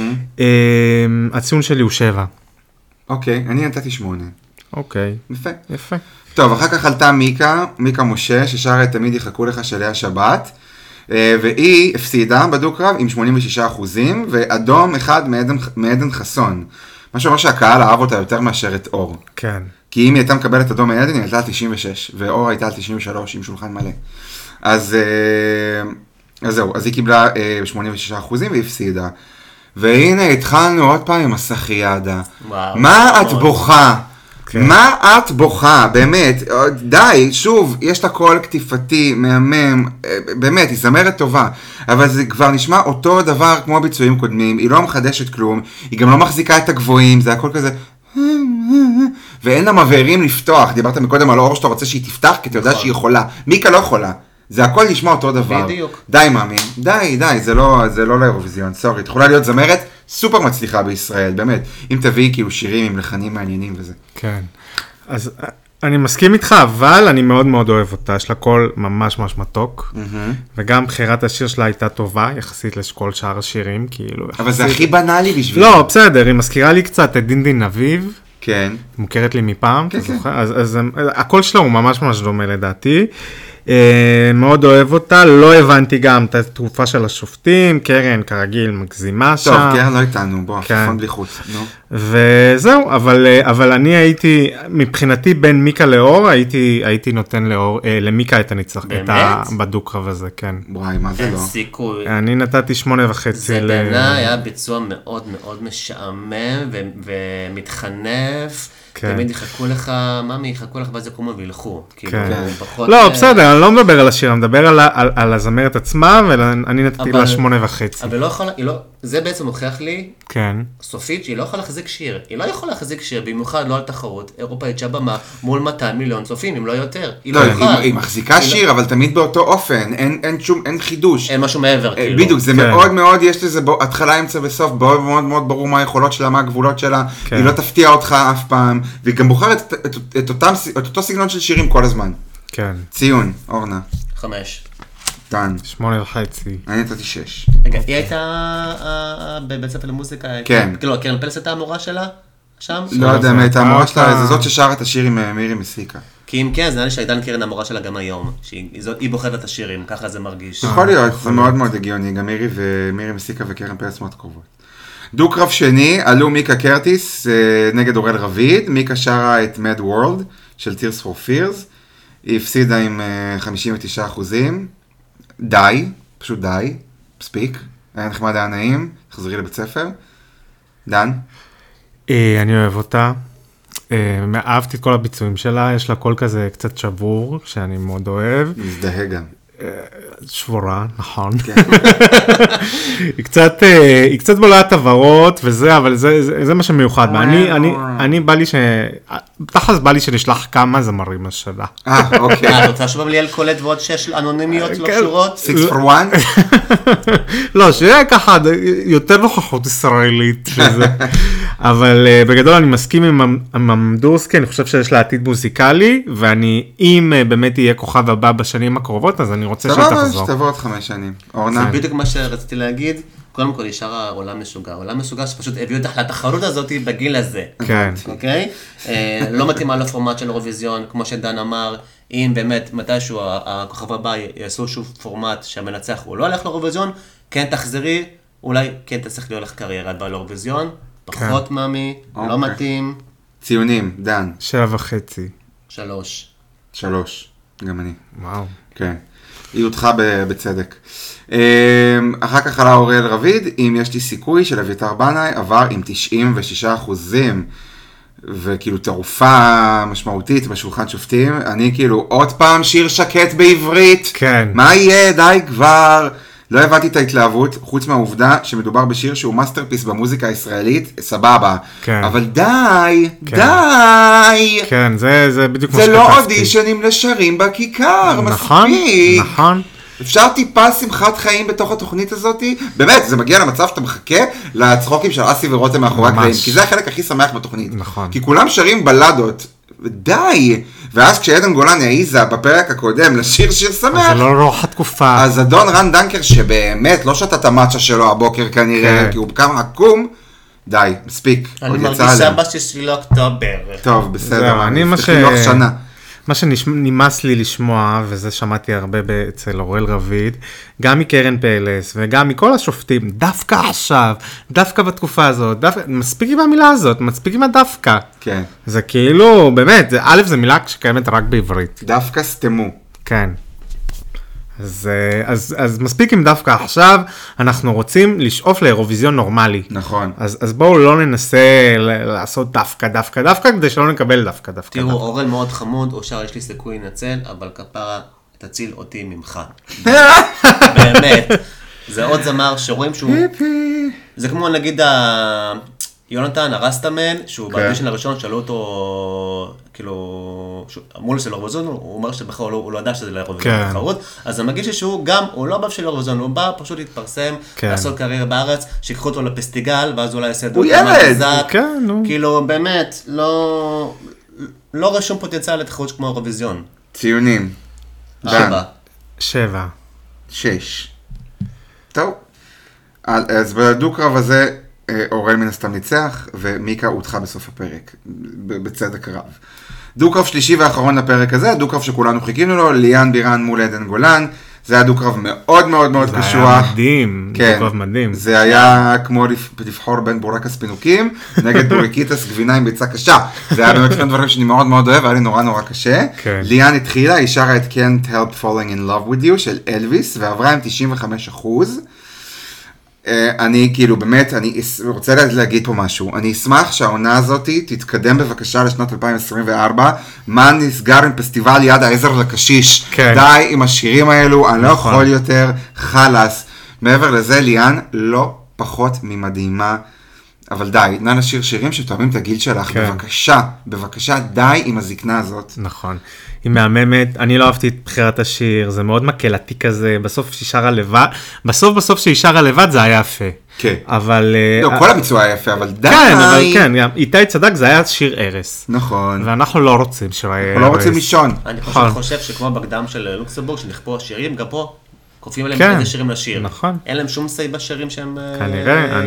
הציון שלי הוא 7. אוקיי, אני נתתי 8. אוקיי. יפה. טוב, אחר כך עלתה מיקה משה, ששרה את תמיד יחכו לך של לאה שבת, והיא הפסידה בדו-קרב עם 86%, ואדום אחד מעדן חסון. מה שאומר שהקהל אהב אותה יותר מאשר את אור. כן. כי אם היא הייתה מקבלת אדום מעדן, היא הייתה על 96, ואור הייתה על 93 עם שולחן מלא. אז זהו, אז היא קיבלה 86% והיא הפסידה. והנה התחלנו עוד פעם עם הסחיידה. מה את בוכה? מה את בוכה? באמת, די, שוב, יש לה קול כתיפתי, מהמם, באמת, היא זמרת טובה, אבל זה כבר נשמע אותו דבר כמו ביצועים קודמים, היא לא מחדשת כלום, היא גם לא מחזיקה את הגבוהים, זה הכל כזה, ואין לה מבהרים לפתוח, דיברת מקודם על אור שאתה רוצה שהיא תפתח, כי אתה יודע שהיא יכולה, מיקה לא יכולה, זה הכל נשמע אותו דבר. בדיוק. די מאמין, די, זה לא לאירוויזיון, סורי, תוכלה להיות זמרת סופר מצליחה בישראל, באמת, אם תביאי כאילו שירים עם לחנים מעניינים וזה. כן, אז אני מסכים איתך, אבל אני מאוד מאוד אוהב אותה, יש לה קול ממש ממש מתוק, וגם בחירת השיר שלה הייתה טובה, יחסית לכל שאר השירים, כאילו. אבל זה הכי בנאלי בשביל. לא, בסדר, היא מזכירה לי קצת את דין אביב, כן. מוכרת לי מפעם, כן, אתה כן. זוכר? אז הקול שלה הוא ממש ממש דומה לדעתי. מאוד אוהב אותה, לא הבנתי גם את התרופה של השופטים, קרן כרגיל מגזימה שם. טוב, קרן לא איתנו, בוא, כן. עפפון בלי חוץ, נו. וזהו, אבל אני הייתי, מבחינתי בין מיקה לאור, הייתי נותן למיקה את הניצח, באמת? בדו-קרב הזה, כן. וואי, מה זה אין לא? סיכוי. אני נתתי 8.5 זה בעיניי היה ביצוע מאוד מאוד משעמם ומתחנף. כן. תמיד יחכו לך, ממי, יחכו לך ואז יקומו וילכו. כאילו, כן. פחות... לא, בסדר, אני לא מדבר על השיר, אני מדבר על הזמרת עצמה, ואני נתתי לה 8.5. אבל לא יכולה, זה בעצם הוכיח לי, כן. סופית, שהיא לא יכולה להחזיק שיר. היא לא יכולה להחזיק שיר, במיוחד לא על תחרות אירופאית שהבמה מול 200 מיליון צופים, אם לא יותר. היא לא, לא יכולה. היא מחזיקה שיר, אבל תמיד באותו אופן, אין חידוש. אין משהו מעבר, כאילו. בדיוק, זה מאוד מאוד, יש לזה התחלה, אמצע וסוף, מאוד מאוד מאוד ברור מה היכולות שלה, מה הגבולות שלה, היא לא תפתיע אותך אף פעם, והיא גם בוחרת את אותו סגנון של שירים כל הזמן. כן. ציון, אורנה. 5. דן. 8.5. אני נתתי 6. רגע, היא הייתה בבית ספר למוזיקה? כן. כאילו, קרן פלס הייתה המורה שלה? שם? לא יודע אם הייתה המורה שלה, זה זאת ששרה את השיר עם מירי מסיקה. כי אם כן, זה נראה לי שעידן קרן המורה שלה גם היום. היא בוחרת את השירים, ככה זה מרגיש. יכול להיות, זה מאוד מאוד הגיוני, גם מירי מסיקה וקרן פלס מאוד קרובות. דו-קרב שני, עלו מיקה קרטיס נגד אורל רביד, מיקה שרה את Mad World של Tears for Fears, היא הפסידה עם 59%, די, פשוט די, מספיק, היה נחמד, היה נעים, תחזרי לבית ספר. דן? אני אוהב אותה, אהבתי את כל הביצועים שלה, יש לה קול כזה קצת שבור, שאני מאוד אוהב. מזדהה גם. שבורה, נכון. היא קצת בולעת עברות וזה, אבל זה מה שמיוחד. אני בא לי תכלס בא לי שנשלח כמה זמרים השנה. אוקיי. את רוצה שבא לי על קולט ועוד 6 אנונימיות לא קשורות? 6 for 1? לא, שיהיה ככה יותר נוכחות ישראלית. אבל בגדול אני מסכים עם המדורסקי, אני חושב שיש לה עתיד מוזיקלי, ואם באמת יהיה כוכב הבא בשנים הקרובות, אז אני רוצה שתחזור. שתבוא עוד 5 שנים. אורנה? זה בדיוק מה שרציתי להגיד. קודם כל, היא שרה עולם משוגע. עולם משוגע שפשוט הביא אותך לתחרות הזאת בגיל הזה. כן. אוקיי? לא מתאימה לפורמט של אירוויזיון, כמו שדן אמר, אם באמת מתישהו הכוכב הבא יעשו שוב פורמט שהמנצח הוא לא הולך לאירוויזיון, כן תחזרי, אולי כן תצטרך להיות לך קריירה באירוויזיון, פחות מאמי, לא מתאים. ציונים, דן. 7.5. 3. 3, גם אני. וואו. כן. היא הודחה בצדק. אחר כך עלה אוריאל רביד, אם יש לי סיכוי של אביתר בנאי, עבר עם 96%, וכאילו תערופה משמעותית בשולחן שופטים, אני כאילו עוד פעם שיר שקט בעברית, כן. מה יהיה, די כבר, לא הבנתי את ההתלהבות, חוץ מהעובדה שמדובר בשיר שהוא מאסטרפיס במוזיקה הישראלית, סבבה, כן. אבל די, כן. די, כן, זה בדיוק מה זה שכתבתי. לא אודישנים לשרים בכיכר, נכון, מספיק. נכון. אפשר טיפה שמחת חיים בתוך התוכנית הזאת? באמת, זה מגיע למצב שאתה מחכה לצחוקים של אסי ורותם מאחורי הקלעים, כי זה החלק הכי שמח בתוכנית. נכון. כי כולם שרים בלדות, די! ואז כשעדן גולן העיזה בפרק הקודם לשיר שיר שמח, זה לא רוח התקופה. אז אדון רן דנקר, שבאמת לא שתה את המצ'ה שלו הבוקר כנראה, כן. כי הוא קם עקום, די, מספיק. אני עוד יצא מרגישה עליהם. ב6 לאוקטובר. טוב, בסדר, זהו, אני מה תפתחי לוח שנה. מה שנמאס לי לשמוע, וזה שמעתי הרבה אצל אוראל רביד, גם מקרן פלס וגם מכל השופטים, דווקא עכשיו, דווקא בתקופה הזאת, מספיק עם המילה הזאת, מספיק עם הדווקא. כן. זה כאילו, באמת, א', זה מילה שקיימת רק בעברית. דווקא סתמו. כן. אז מספיק עם דווקא עכשיו, אנחנו רוצים לשאוף לאירוויזיון נורמלי. נכון. אז בואו לא ננסה לעשות דווקא, כדי שלא נקבל דווקא. תראו, אורל מאוד חמוד, או שר יש לי סיכוי לנצל, אבל כפרה, תציל אותי ממך. באמת. זה עוד זמר שרואים שהוא... זה כמו נגיד יונתן הרסטמן, שהוא באדישן הראשון, שאלו אותו, כאילו, אמרו לו של אירוויזיון, הוא אומר שבכלל הוא לא ידע שזה לאירוויזיון תחרות, אז אני מרגיש שהוא גם, הוא לא בא של אירוויזיון, הוא בא פשוט להתפרסם, לעשות קריירה בארץ, שיקחו אותו לפסטיגל, ואז אולי יעשה דו כמה חזק, כאילו באמת, לא רשום פוטנציאל לתחרות כמו אירוויזיון. ציונים. 7. 6. טוב. אז בדו-קרב הזה אורל מן הסתם ניצח, ומיקה הודחה בסוף הפרק, בצדק רב. דו-קרב שלישי ואחרון לפרק הזה, דו-קרב שכולנו חיכינו לו, ליאן בירן מול עדן גולן, זה היה דו-קרב מאוד מאוד מאוד קשוח. זה היה מדהים, דו-קרב מדהים. זה היה כמו לבחור בין בורקס פינוקים, נגד בורקיטס גבינה עם ביצה קשה. זה היה באמת שני דברים שאני מאוד מאוד אוהב, היה לי נורא נורא קשה. ליאן התחילה, היא שרה את Can't Help Falling in Love with You של אלוויס, ועברה עם 95%. אני כאילו באמת, אני רוצה להגיד פה משהו, אני אשמח שהעונה הזאת תתקדם בבקשה לשנת 2024, מה נסגר עם פסטיבל יד העזר לקשיש, די עם השירים האלו, אני לא יכול יותר, חלס, מעבר לזה ליאן לא פחות ממדהימה, אבל די, נא נשיר שירים שתואמים את הגיל שלך, בבקשה, בבקשה, די עם הזקנה הזאת. נכון. היא מהממת, אני לא אהבתי את בחירת השיר, זה מאוד מקלתי כזה, בסוף שהיא שרה לבד, בסוף שהיא שרה לבד זה היה יפה. כן. אבל... לא, כל הביצוע היה יפה, אבל די. כן, אבל כן, איתי צדק, זה היה שיר ערס. נכון. ואנחנו לא רוצים שיר ערס. אנחנו לא רוצים לישון. אני חושב שכמו בקדם של לוקסמבורג, שנכפו השירים, גם פה כופים עליהם איזה שירים לשיר. נכון. אין להם שום סי בשירים שהם... כנראה,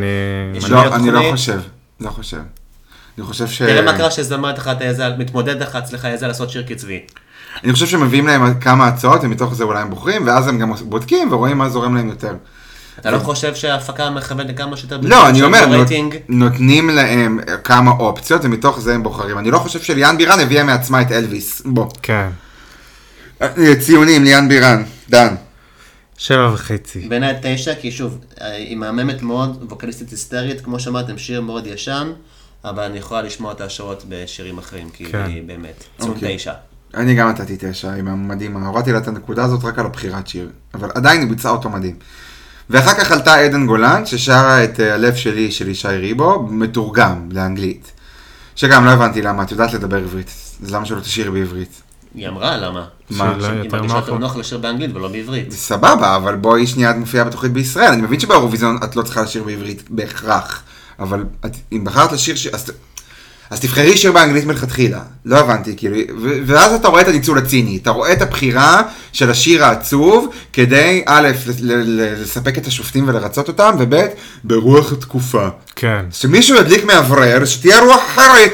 לא חושב. אני חושב ש... תראה מה קרה שזמרת אחת מתמודד אחת, סליחה, היה לעשות שיר קצבי. אני חושב שמביאים להם כמה הצעות, ומתוך זה אולי הם בוחרים, ואז הם גם בודקים ורואים מה זורם להם יותר. אתה לא חושב שההפקה מכוונת לכמה שיותר... לא, אני אומר, נותנים להם כמה אופציות, ומתוך זה הם בוחרים. אני לא חושב שליאן בירן הביאה מעצמה את אלוויס. בוא. כן. ציונים, ליאן בירן, דן. 7.5. בעיניי 9, כי שוב, היא מהממת מאוד, ווקליסטית היסטרית, כמו שאמרתם, שיר מאוד ישן, אבל אני יכולה לשמוע את ההשעות בשירים אחרים, כי היא באמת, ציון 9. אני גם נתתי 9, היא מדהימה. הורדתי לה את הנקודה הזאת רק על הבחירת שיר, אבל עדיין היא ביצעה אותו מדהים. ואחר כך עלתה עדן גולן, ששרה את הלב שלי של ישי ריבו, מתורגם לאנגלית. שגם לא הבנתי למה, את יודעת לדבר עברית, אז למה שלא תשאיר בעברית? היא אמרה, למה? מה? היא מרגישה יותר נוח לשיר באנגלית ולא בעברית. סבבה, אבל בואי שנייה את מופיעה בתוכנית בישראל. אני מבין שבאירוויזיון את לא צריכה לשיר בעברית בהכרח, אבל אם בחרת לשיר, אז תבחרי שיר באנגלית מלכתחילה. לא הבנתי, כאילו, ואז אתה רואה את הניצול הציני, אתה רואה את הבחירה של השיר העצוב, כדי א', לספק את השופטים ולרצות אותם, וב', ברוח התקופה. כן. שמישהו ידליק מאוורר, שתהיה רוח אחרת.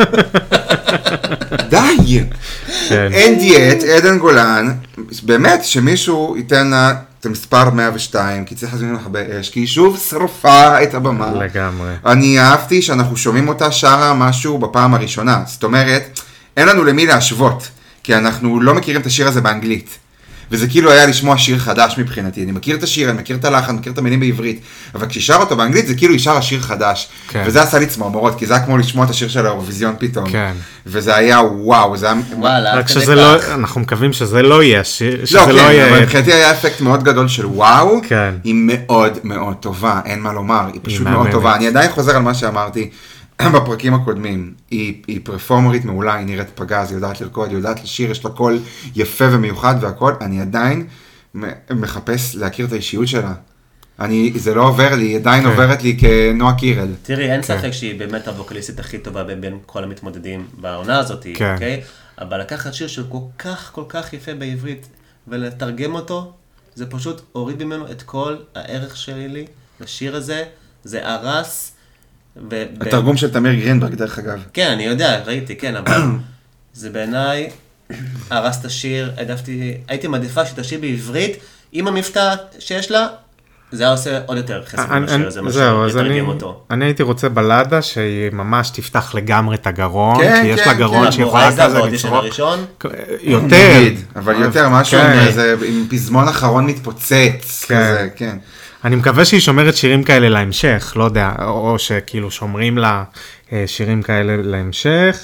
די. אין דיאט, עדן גולן, באמת שמישהו ייתן לה את המספר 102, כי צריך להזמין לך באש, כי היא שוב שרפה את הבמה. לגמרי. אני אהבתי שאנחנו שומעים אותה שרה משהו בפעם הראשונה, זאת אומרת, אין לנו למי להשוות, כי אנחנו לא מכירים את השיר הזה באנגלית. וזה כאילו היה לשמוע שיר חדש מבחינתי. אני מכיר את השיר, אני מכיר את הלחן, מכיר את המילים בעברית, אבל כששר אותו באנגלית זה כאילו ישר השיר חדש. כן. וזה עשה לי צמרמורות, כי זה היה כמו לשמוע את השיר של האירוויזיון פתאום. כן. וזה היה וואו, זה היה... וואלה, רק שזה לא, אנחנו מקווים שזה לא יהיה השיר, שזה לא, כן, לא יהיה... אבל מבחינתי היה אפקט מאוד גדול של וואו. כן. היא מאוד מאוד טובה, אין מה לומר, היא פשוט מאוד טובה. אני עדיין חוזר על מה שאמרתי בפרקים הקודמים, היא פרפורמרית מעולה, היא נראית פגז, היא יודעת לרקוד, היא יודעת לשיר, יש לה קול יפה ומיוחד והכל, אני עדיין מחפש להכיר את האישיות שלה. זה לא עובר לי, היא עדיין עוברת לי כנועה קירל. תראי, אין ספק שהיא באמת הווקליסטית הכי טובה בין כל המתמודדים בעונה הזאת, אוקיי? אבל לקחת שיר שהוא כל כך יפה בעברית, ולתרגם אותו, זה פשוט הוריד ממנו את כל הערך שלי לשיר הזה, זה הרס, התרגום של תמיר גרינברג דרך אגב. כן, אני יודע, ראיתי, כן, אבל זה בעיניי הרס את השיר, הייתי מעדיפה שתשיר בעברית, עם המבטא שיש לה, זה היה עושה עוד יותר חסר בשיר הזה, מה שתרגם אותו. אני הייתי רוצה בלדה שהיא ממש תפתח לגמרי את הגרון, כי יש לה גרון שיכולה כזה לצרוק. יותר. אבל יותר משהו עם פזמון אחרון מתפוצץ, כזה, כן. אני מקווה שהיא שומרת שירים כאלה להמשך, לא יודע, או שכאילו שומרים לה שירים כאלה להמשך,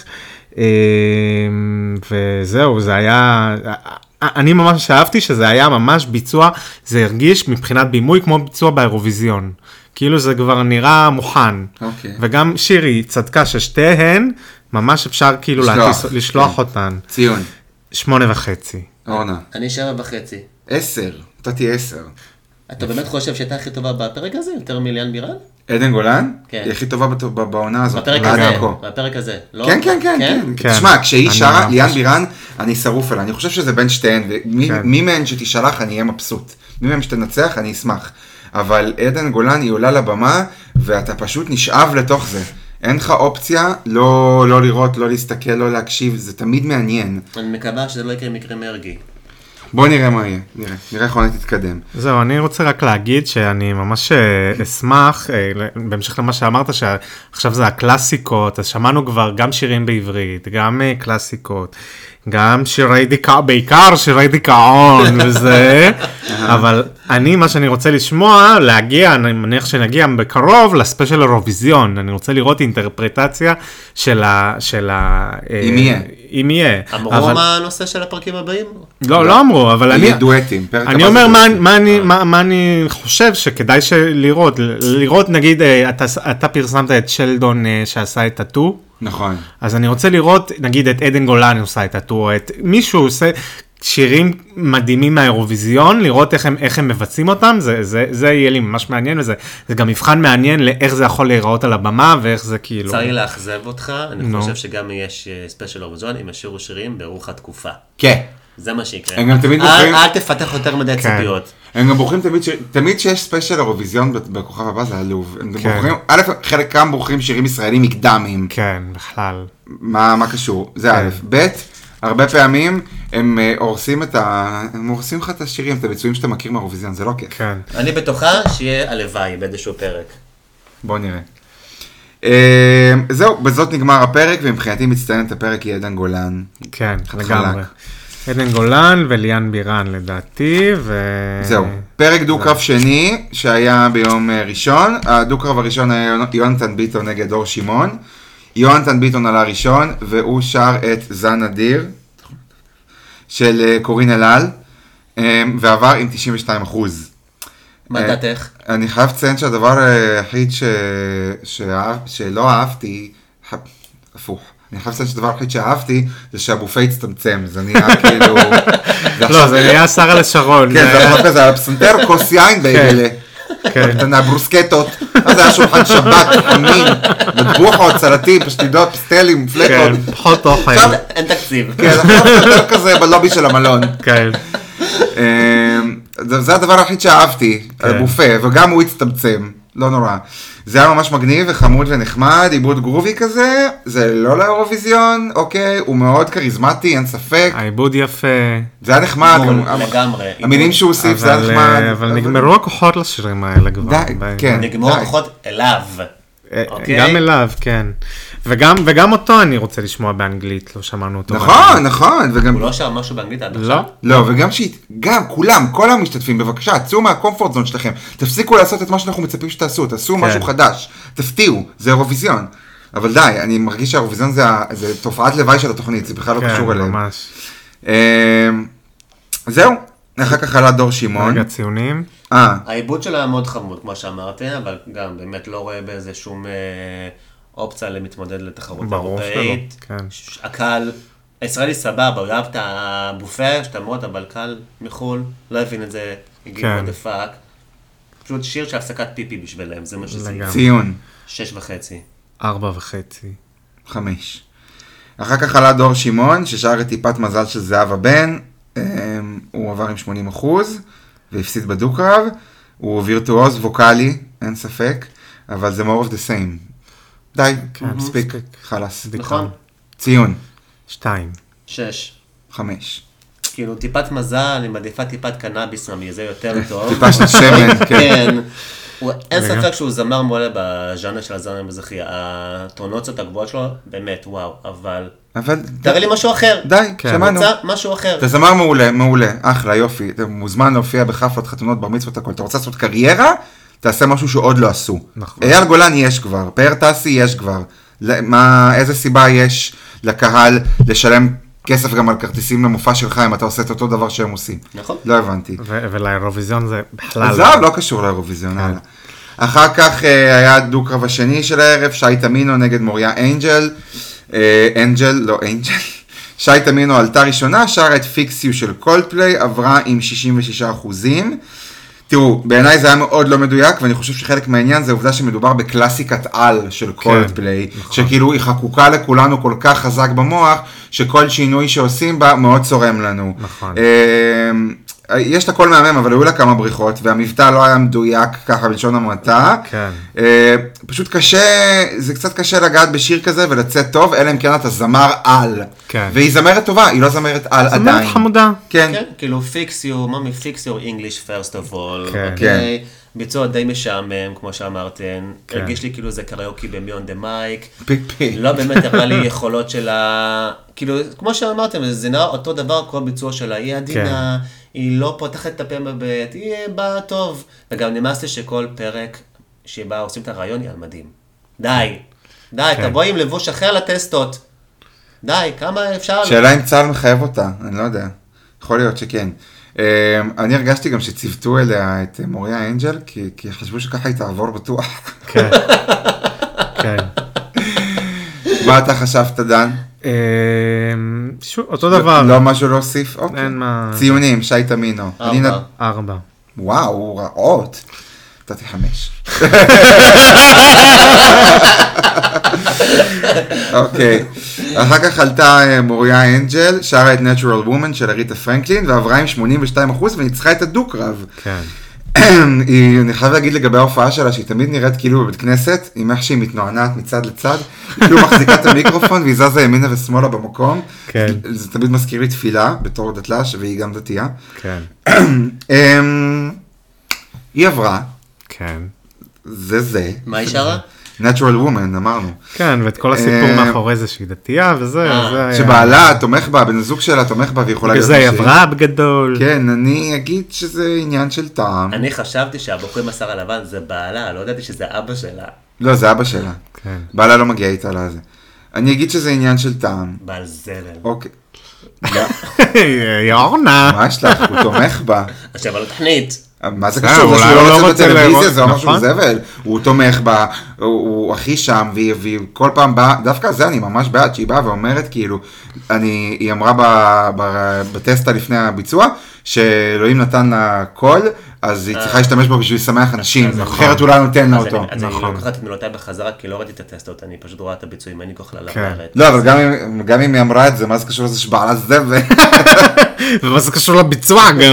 וזהו, זה היה, אני ממש אהבתי שזה היה ממש ביצוע, זה הרגיש מבחינת בימוי כמו ביצוע באירוויזיון, כאילו זה כבר נראה מוכן, וגם שירי צדקה ששתיהן, ממש אפשר כאילו לשלוח אותן. ציון. 8.5. אורנה. אני 7.5. 10, נתתי 10. אתה באמת חושב שהייתה הכי טובה בפרק הזה, יותר מליאן בירן? עדן גולן? כן. היא הכי טובה בעונה הזאת. בפרק הזה, לא? כן, כן, כן. תשמע, כשהיא שרה, ליאן בירן, אני שרוף אליה. אני חושב שזה בין שתיהן, ומי מהן שתשלח, אני אהיה מבסוט. מי מהן שתנצח, אני אשמח. אבל עדן גולן, היא עולה לבמה, ואתה פשוט נשאב לתוך זה. אין לך אופציה לא לראות, לא להסתכל, לא להקשיב, זה תמיד מעניין. אני מקווה שזה לא יקרה מקרה מרגי. בוא נראה מה יהיה, נראה איך עונה תתקדם. זהו, אני רוצה רק להגיד שאני ממש אשמח, בהמשך למה שאמרת, שעכשיו זה הקלאסיקות, אז שמענו כבר גם שירים בעברית, גם קלאסיקות, גם שירי דיכאון, בעיקר שירי דיכאון וזה, אבל מה שאני רוצה לשמוע, להגיע, אני מניח שנגיע בקרוב לספיישל אירוויזיון, אני רוצה לראות אינטרפרטציה של אם יהיה. אמרו מה הנושא של הפרקים הבאים? לא אמרו, אבל אני אומר מה אני חושב שכדאי לראות, נגיד, אתה פרסמת את שלדון שעשה את הטו, נכון. אז אני רוצה לראות, נגיד, את עדן גולן עושה את הטו, את מישהו עושה שירים מדהימים מהאירוויזיון, לראות איך הם מבצעים אותם, זה יהיה לי ממש מעניין, וזה גם מבחן מעניין לאיך זה יכול להיראות על הבמה, ואיך זה כאילו... צריך לאכזב אותך, אני חושב שגם יש ספיישל אירוויזיון, אם ישירו שירים ברוח התקופה. כן. זה מה שיקרה. הם גם תמיד בוחרים... אל תפתח יותר מדי ציפיות. הם גם בוחרים תמיד שיש ספיישל אירוויזיון בכוכב הבא, זה עלוב. הם גם בוחרים, א', חלקם בוחרים שירים ישראלים מקדמים. כן, בכלל. מה קשור? זה א', ב', הרבה פעמים הם הורסים לך את השירים, את הביצועים שאתה מכיר מהאירוויזיון, זה לא כיף. כן. אני בטוחה שיהיה הלוואי באיזשהו פרק. בוא נראה. זהו, בזאת נגמר הפרק, ומבחינתי מצטיין את הפרק היא עדן גולן. כן, לגמרי. עדן גולן וליאן בירן לדעתי, זהו, פרק דו-קרב שני שהיה ביום ראשון, הדו-קרב הראשון היה יונתן ביטון נגד אור שמעון, יונתן ביטון עלה ראשון, והוא שר את זן אדיר של קורין אלעל, ועבר עם 92%. מה דעתך? אני חייב לציין שהדבר היחיד שלא אהבתי, הפוך. אני חייב לציין שהדבר היחיד שאהבתי, זה שהבופה הצטמצם, זה נהיה כאילו... לא, זה נהיה שרה לשרון. כן, זה היה כזה, הפסנתר, כוס יין בייגלה. קטנה, ברוסקטות, אז היה שולחן שבת, חמין, מטבוחות, סלטים, פשטידות, פסטלים, פלטות. כן, פחות אוכל. אין תקציב. כן, עכשיו יותר כזה בלובי של המלון. כן. זה הדבר היחיד שאהבתי, הבופה, וגם הוא הצטמצם, לא נורא. זה היה ממש מגניב וחמוד ונחמד, עיבוד גרובי כזה, זה לא לאירוויזיון, אוקיי, הוא מאוד כריזמטי, אין ספק. העיבוד יפה. זה היה נחמד. לגמרי. המילים שהוא הוסיף, זה היה נחמד. אבל נגמרו הכוחות לשירים האלה כבר. די, כן. נגמרו הכוחות אליו. גם אליו, כן. וגם אותו אני רוצה לשמוע באנגלית, לא שמענו אותו. נכון. הוא לא שר משהו באנגלית עד עכשיו? לא, וגם כולם, כל המשתתפים, בבקשה, צאו מהקומפורט זון שלכם, תפסיקו לעשות את מה שאנחנו מצפים שתעשו, תעשו משהו חדש, תפתיעו, זה אירוויזיון. אבל די, אני מרגיש שהאירוויזיון זה תופעת לוואי של התוכנית, זה בכלל לא קשור אליהם. כן, ממש. זהו, אחר כך עלה דור שמעון. רגע, ציונים. העיבוד שלה היה מאוד חמוד, כמו שאמרתי, אבל גם באמת לא רואה באיזה שום אופציה למתמודד לתחרות אירופאית. הקהל הישראלי סבבה, הוא אהב את הבופה, שאתה מאוד, אבל קהל מחול, לא הבין את זה, הגיב עוד הפאק. פשוט שיר של הפסקת פיפי בשבילם, זה מה שזה. ציון. 6.5. 4.5. 5. אחר כך עלה דור שמעון, ששר את טיפת מזל של זהבה בן, הוא עבר עם 80%, והפסיד בדו-קרב, הוא וירטואוז ווקלי, אין ספק, אבל זה more of the same. די, מספיק, חלס. נכון. ציון. 2. 6. 5. כאילו טיפת מזל, אני מעדיפה טיפת קנאביס, זה יותר טוב. טיפה של שמן, כן. אין ספק שהוא זמר מעולה בז'אנר של הזמר המזרחי, הטונוציות הגבוהות שלו, באמת, וואו, אבל... תראה לי משהו אחר. די, שמענו. משהו אחר. אתה זמר מעולה, אחלה, יופי. אתה מוזמן להופיע בחפלות, חתונות, בר מצוות, הכל. אתה רוצה לעשות קריירה, תעשה משהו שעוד לא עשו. אייל גולן יש כבר, פאר טסי יש כבר. איזה סיבה יש לקהל לשלם כסף גם על כרטיסים למופע שלך, אם אתה עושה את אותו דבר שהם עושים. נכון. לא הבנתי. ולאירוויזיון זה בכלל... זה לא קשור לאירוויזיון, הלאה. אחר כך היה דו-קרב השני של הערב, שי תמינו נגד מוריה אנג'ל. שי תמינו עלתה ראשונה, שרה את פיקסיו של קולדפליי, עברה עם 66%. תראו, בעיניי זה היה מאוד לא מדויק, ואני חושב שחלק מהעניין זה העובדה שמדובר בקלאסיקת על של קולדפליי, שכאילו היא חקוקה לכולנו כל כך חזק במוח, שכל שינוי שעושים בה מאוד צורם לנו. נכון. יש את הכל מהמם, אבל היו לה כמה בריחות, והמבטא לא היה מדויק ככה בלשון המעטה. כן. פשוט קשה, זה קצת קשה לגעת בשיר כזה ולצאת טוב, אלא אם כן אתה זמר על. כן. והיא זמרת טובה, היא לא זמרת על עדיין. זמרת חמודה. כן. כן, כאילו ממי fix your English first of all. כן. אוקיי? ביצוע די משעמם, כמו שאמרתם. כן. הרגיש לי כאילו זה קריוקי במיון דה מייק. פיפי. לא באמת הראה לי יכולות שלה, כאילו, כמו שאמרתם, זה נראה אותו דבר כל ביצוע שלה, היא עדינה, היא לא פותחת את הפה מבית, היא באה טוב. וגם נמאס לי שכל פרק שבה עושים את הרעיון היא על מדים. די, תבואי עם לבוש אחר לטסטות. די, כמה אפשר... שאלה אם צה"ל מחייב אותה, אני לא יודע. יכול להיות שכן. אני הרגשתי גם שציוותו אליה את מוריה אנג'ל, כי חשבו שככה היא תעבור בטוח. כן. כן. מה אתה חשבת, דן? אותו דבר. לא משהו להוסיף? אוקיי. אין מה... ציונים, שי תמינו. 4. וואו, רעות. נתתי 5. אוקיי. אחר כך עלתה מוריה אנג'ל, שרה את Natural Woman של אריתה פרנקלין, ועברה עם 82% וניצחה את הדו-קרב. כן. אני חייב להגיד לגבי ההופעה שלה, שהיא תמיד נראית כאילו בבית כנסת, עם איך שהיא מתנוענעת מצד לצד, כאילו מחזיקה את המיקרופון והיא זזה ימינה ושמאלה במקום. כן. זה תמיד מזכיר לי תפילה בתור דתל"ש, והיא גם דתייה. כן. היא עברה. כן. זה. מה היא שרה? Natural Woman, אמרנו. כן, ואת כל הסיפור מאחורי זה שהיא דתייה, וזה... שבעלה תומך בה, בן הזוג שלה תומך בה, והיא יכולה להיות... וזה היא עברה בגדול. כן, אני אגיד שזה עניין של טעם. אני חשבתי שהבחור עם השיער הלבן זה בעלה, לא ידעתי שזה אבא שלה. לא, זה אבא שלה. כן. בעלה לא מגיע איתה לזה. אני אגיד שזה עניין של טעם. בעל זרם. אוקיי. יורנה. מה יש לך? הוא תומך בה. עכשיו, אבל תכנית. מה זה קשור? זה שהוא לא רוצה בטלוויזיה, זה אומר שהוא זבל. הוא תומך בה, הוא הכי שם, והיא כל פעם באה, דווקא זה אני ממש בעד, שהיא באה ואומרת כאילו, היא אמרה בטסטה לפני הביצוע, שאלוהים נתן לה קול, אז היא צריכה להשתמש בו בשביל לשמח אנשים, אחרת אולי נותן לה אותו. אז אני לוקחת את מילותיי בחזרה, כי לא ראיתי את הטסטות, אני פשוט רואה את הביצועים, אין לי כוח ללמרת. לא, אבל גם אם היא אמרה את זה, מה זה קשור לזה שבעלה זבל? ומה זה קשור לביצוע גם?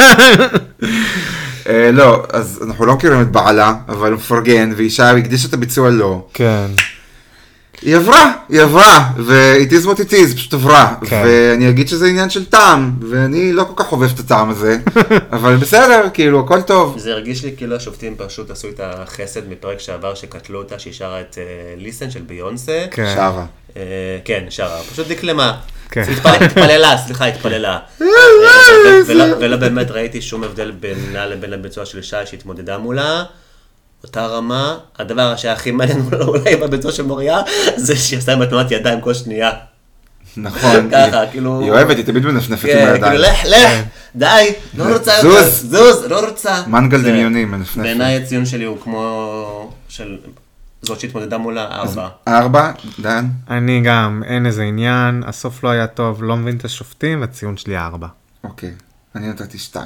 לא, אז אנחנו לא מכירים את בעלה, אבל הוא מפרגן, ואישה הקדיש את הביצוע לו. כן. היא עברה, ו-it is what it is, פשוט עברה. ואני אגיד שזה עניין של טעם, ואני לא כל כך חובב את הטעם הזה, אבל בסדר, כאילו, הכל טוב. זה הרגיש לי כאילו השופטים פשוט עשו את החסד מפרק שעבר שקטלו אותה, שהיא שרה את ליסן של ביונסה. שרה. כן, שרה, פשוט דקלמה. התפללה. ולא באמת ראיתי שום הבדל בינה לבין הביצוע של שי שהתמודדה מולה. אותה רמה, הדבר שהכי מעניין אולי בביצוע של מוריה, זה שהיא עושה עם התנועת ידיים כל שנייה. נכון. ככה, כאילו... היא אוהבת, היא תמיד מנפנפת עם הידיים. כאילו, לך, די, לא רוצה. זוז, לא רוצה. מנגל דמיוני מנפנפת. בעיניי הציון שלי הוא כמו של זאת שהתמודדה מולה 4. 4, דן? אני גם, אין איזה עניין, הסוף לא היה טוב, לא מבין את השופטים, הציון שלי 4. אוקיי, אני נתתי 2.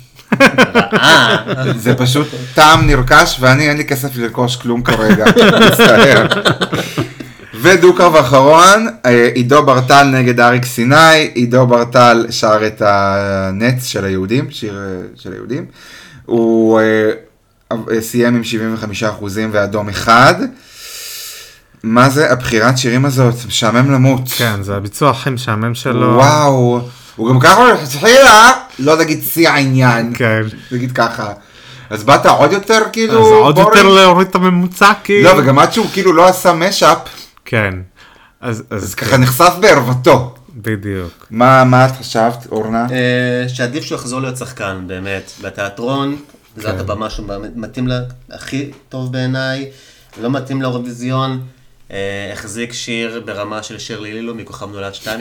זה פשוט טעם נרכש, ואני אין לי כסף לרכוש כלום כרגע, מצטער. ודו-קרב האחרון, עידו ברטל נגד אריק סיני, עידו ברטל שר את הנץ של היהודים, שיר של היהודים, הוא סיים עם 75% ואדום 1. מה זה הבחירת שירים הזאת? משעמם למות. כן, זה הביצוע הכי משעמם שלו. וואו, הוא גם ככה התחילה, לא נגיד שיא העניין. כן. נגיד ככה. אז באת עוד יותר כאילו... אז עוד יותר להוריד את הממוצע כאילו. לא, וגם עד שהוא כאילו לא עשה משאפ. כן. אז ככה נחשף בערוותו. בדיוק. מה את חשבת, אורנה? שעדיף שהוא יחזור להיות שחקן, באמת. בתיאטרון, זאת הבמה שהוא מתאים לה הכי טוב בעיניי, לא מתאים לאירוויזיון. החזיק שיר ברמה של שירלי לילו מכוכב נולד 2.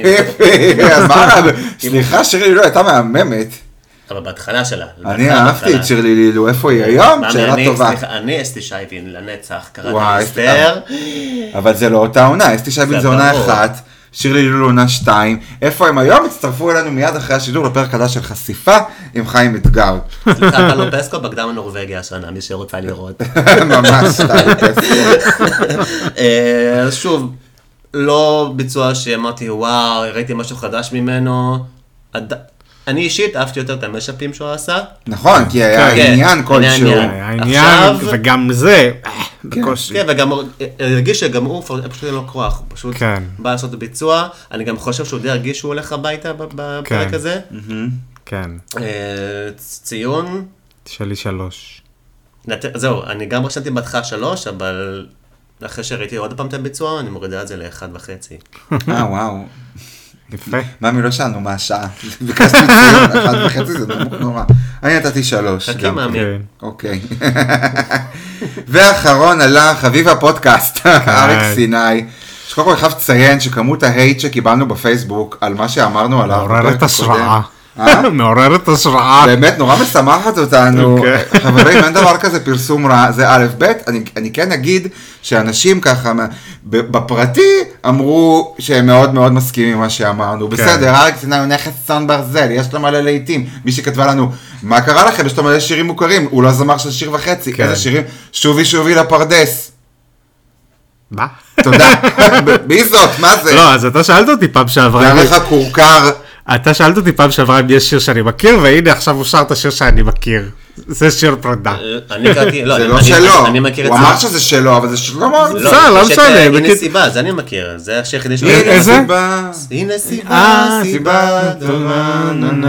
סליחה, שירלי לילו הייתה מהממת. אבל בהתחלה שלה. אני אהבתי את שירלי לילו, איפה היא היום? שאלה טובה. אני אסתי שייבין לנצח, קראתי אסתר. אבל זה לא אותה עונה, אסתי שייבין זה עונה 1, שירלי לילו עונה 2. איפה הם היום? הצטרפו אלינו מיד אחרי השידור לפרק חדש של חשיפה עם אתגר. סליחה, אתה לא פסקו בקדם הנורווגיה השנה, מי שרוצה לראות. ממש, אז שוב, לא ביצוע שאמרתי, וואו, ראיתי משהו חדש ממנו. אני אישית אהבתי יותר את המשאפים שהוא עשה. נכון, כי היה עניין כלשהו. העניין, וגם זה, בקושי. כן, וגם הרגיש שגם הוא פשוט אין לו כוח, הוא פשוט כן. בא לעשות את הביצוע. אני גם חושב שהוא די הרגיש שהוא הולך הביתה בפרק הזה. כן. ציון. שלי 3. זהו, אני גם רשמתי בהתחלה 3, אבל אחרי שראיתי עוד פעם את הביצוע, אני מורידה את זה ל1.5. וואו. יפה. מאמי, לא שאלנו מה השעה. ביקשתי ציון, 1.5 זה נמוך נורא. אני נתתי 3. חכי מאמי. אוקיי. ואחרון עלה חביב הפודקאסט, אריק סיני. שקודם כל חייב לציין שכמות ההייט שקיבלנו בפייסבוק על מה שאמרנו עליו. מעוררת השראה. מעוררת השראה. באמת נורא משמחת אותנו. חברים, אין דבר כזה פרסום רע, זה א' ב', אני כן אגיד שאנשים ככה בפרטי אמרו שהם מאוד מאוד מסכימים עם מה שאמרנו. בסדר, אריק סיני הוא נכס צאן ברזל, יש לו מלא לעיתים. מי שכתבה לנו, מה קרה לכם? יש לו מלא שירים מוכרים, הוא לא זמר של שיר וחצי. איזה שירים? שובי שובי לפרדס. מה? תודה. מי זאת? מה זה? לא, אז אתה שאלת אותי פעם שעברה. זה עליך קורקר. אתה שאלת אותי פעם שעברה אם יש שיר שאני מכיר, והנה עכשיו הוא שר את השיר שאני מכיר. זה שיר פרידה. אני קראתי, זה לא שלו. אני מכיר את הוא זה. אמר שזה שלו, אבל זה שלו. לא משנה. הנה סיבה, זה אני מכיר. זה השיר היחידי שלו. איזה? הנה סיבה, סיבה דומה,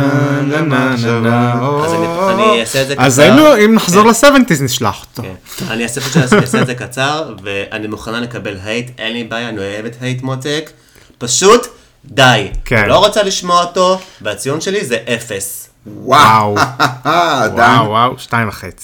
אז אני אעשה את זה קצר. אז היינו, אם נחזור ל-70s נשלח אותו. אני אעשה את זה קצר, ואני מוכנה לקבל הייט, אין לי בעיה, אני אוהבת הייט מותק. פשוט די. כן. לא רוצה לשמוע אותו, והציון שלי זה 0. וואו. וואו, 2.5.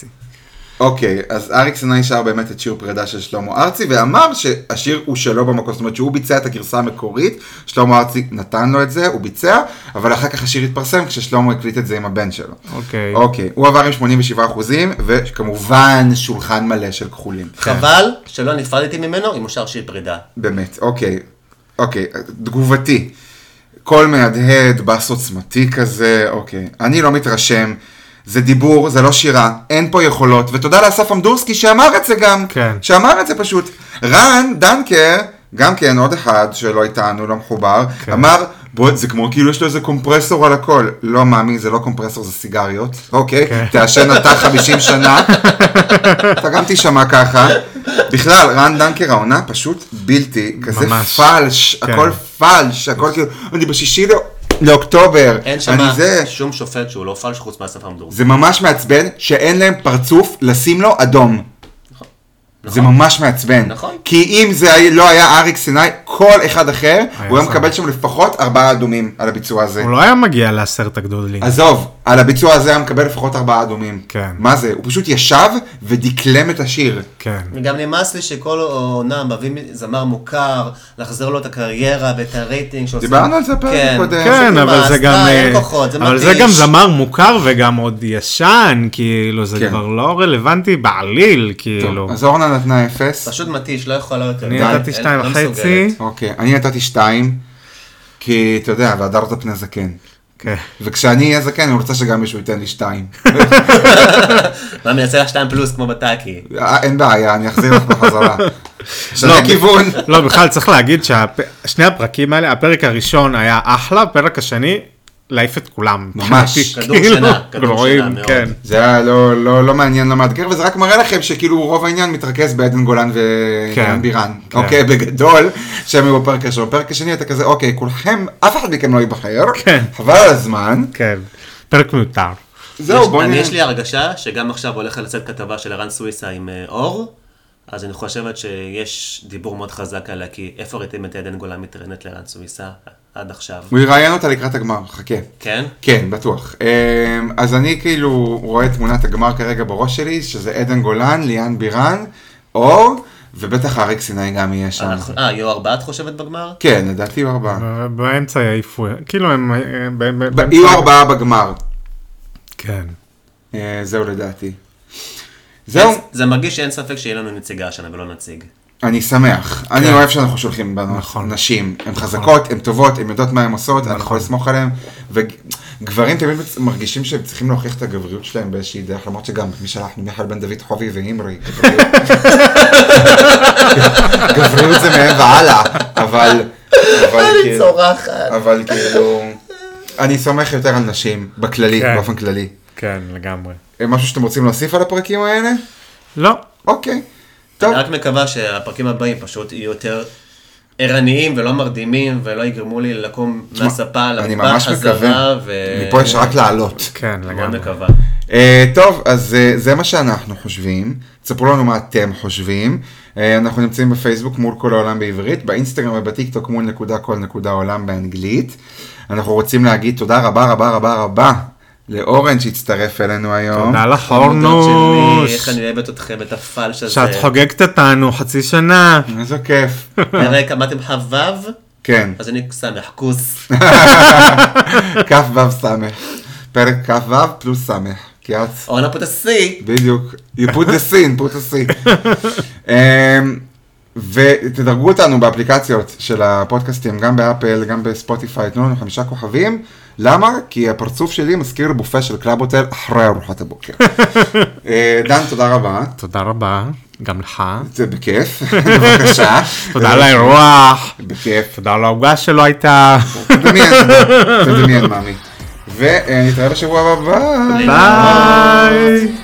אוקיי, אז אריק סיני שר באמת את שיר פרידה של שלמה ארצי, ואמר שהשיר הוא שלו במקום, זאת אומרת שהוא ביצע את הגרסה המקורית, שלמה ארצי נתן לו את זה, הוא ביצע, אבל אחר כך השיר התפרסם כששלמה הקליט את זה עם הבן שלו. אוקיי, הוא עבר עם 87%, וכמובן שולחן מלא של כחולים. חבל שלא נפרדתי ממנו אם הוא שר שיר פרידה. באמת, אוקיי, תגובתי. קול מהדהד, בס עוצמתי כזה, אוקיי. אני לא מתרשם, זה דיבור, זה לא שירה, אין פה יכולות, ותודה לאסף אמדורסקי שאמר את זה גם, שאמר את זה פשוט. רן דנקר, גם כן עוד אחד שלא איתנו, לא מחובר, אמר, בוא, זה כמו כאילו יש לו איזה קומפרסור על הכל. לא מאמי, זה לא קומפרסור, זה סיגריות, אוקיי? תעשן אתה 50 שנה, אתה גם תשמע ככה. בכלל, רן דנקר העונה פשוט בלתי, כזה פלש, הכל פלש, הכל כאילו, אני ב6 לאוקטובר. אין שם שום שופט שהוא לא פלש חוץ מאסף אמדורסקי. זה ממש מעצבן שאין להם פרצוף לשים לו אדום. זה ממש מעצבן. נכון. כי אם זה לא היה אריק סיני, כל אחד אחר, הוא היה מקבל שם לפחות 4 אדומים על הביצוע הזה. הוא לא היה מגיע ל10 הגדולים. עזוב, על הביצוע הזה היה מקבל לפחות 4 אדומים. כן. מה זה? הוא פשוט ישב ודקלם את השיר. כן. וגם נמאס לי שכל עונה מביא זמר מוכר, לחזור לו את הקריירה ואת הרייטינג. דיברנו על זה פעם קודם. כן, אבל זה גם... אין כוחות, זה מתיש. אבל זה גם זמר מוכר וגם עוד ישן, כאילו, זה כבר לא רלוונטי בעליל, כאילו. אז אורנה נתנה 0. פשוט מתיש, לא יכולה יותר. אני נתתי 2.5. אוקיי, אני נתתי 2, כי אתה יודע, והדרת פני זקן. כן. וכשאני אהיה זקן, אני רוצה שגם מישהו ייתן לי 2. מה, מייצא לך 2 פלוס כמו בטאקי? אין בעיה, אני אחזיר לך בחזרה. שני כיוון. לא, בכלל צריך להגיד ששני הפרקים האלה, הפרק הראשון היה אחלה, הפרק השני... להעיף את כולם. ממש. כדור שינה מאוד. זה היה לא מעניין, לא מאתגר, וזה רק מראה לכם שכאילו רוב העניין מתרכז בעדן גולן ויאן בירן. אוקיי, בגדול, שהם היו בפרק הראשון. בפרק השני אתה כזה, אוקיי, כולכם, אף אחד מכם לא ייבחר, חבל על הזמן. כן, פרק מיותר. זהו, בוא נראה. יש לי הרגשה שגם עכשיו הולך לצאת כתבה של ערן סוויסה עם אור, אז אני חושבת שיש דיבור מאוד חזק עליה, כי איפה ראיתם את עדן גולן מתראיינת לערן סוויסה עד עכשיו? הוא יראיין אותה לקראת הגמר, חכה. כן? כן, בטוח. אז אני כאילו רואה תמונת הגמר כרגע בראש שלי, שזה עדן גולן, ליאן בירן, אור, ובטח אריק סיני גם יהיה שם. יהיו 4 את חושבת בגמר? כן, לדעתי יהיו 4. באמצע יעיפו, כאילו הם... יהיו 4 בגמר. כן. זהו לדעתי. זהו. זה מרגיש שאין ספק שיהיה לנו נציגה השנה ולא נציג. אני שמח. אני אוהב שאנחנו שולחים בנו נשים. הן חזקות, הן טובות, הן יודעות מה הן עושות, אני יכול לסמוך עליהן. וגברים תמיד מרגישים שהם צריכים להוכיח את הגבריות שלהם באיזושהי דרך, למרות שגם מי שלחנו מיכל בן דוד חובי והימרי. גבריות זה מהם והלאה. אבל כאילו... אני סומך יותר על נשים, בכללי, כן. באופן כללי. כן, לגמרי. משהו שאתם רוצים להוסיף על הפרקים האלה? לא. אוקיי. טוב. אני רק מקווה שהפרקים הבאים פשוט יהיו יותר ערניים ולא מרדימים, ולא יגרמו לי לקום מהספה אני למטבח ממש מקווה. חזרה, מפה יש רק לעלות. כן, מאוד לגמרי. מקווה. טוב, אז זה מה שאנחנו חושבים. תספרו לנו מה אתם חושבים. אנחנו נמצאים בפייסבוק מול כל העולם בעברית, באינסטגרם ובטיקטוק מול כל העולם באנגלית. אנחנו רוצים להגיד תודה רבה רבה רבה רבה לאורן שהצטרף אלינו היום. תודה לך חמודות שלי, אורנוש. איך אני אוהבת אתכם, את הפלש הזה. שאת חוגגת אותנו חצי שנה. איזה כיף. פרק, אמרתם חו"ב? כן. אז אני שמח, כוס. כ"ו סמך. פרק כ"ו פלוס סמך. כי את... אורנה פוטסי. בדיוק. You put the scene, put the scene. ותדרגו אותנו באפליקציות של הפודקאסטים, גם באפל, גם בספוטיפיי, תנו לנו 5 כוכבים. למה? כי הפרצוף שלי מזכיר בופה של קלאב הוטל אחרי ארוחת הבוקר. דן, תודה רבה. תודה רבה, גם לך. זה בכיף, בבקשה. תודה על האירוח. בכיף. תודה על העוגה שלא הייתה. תדמיין, מאמי. ונתראה בשבוע הבא. ביי.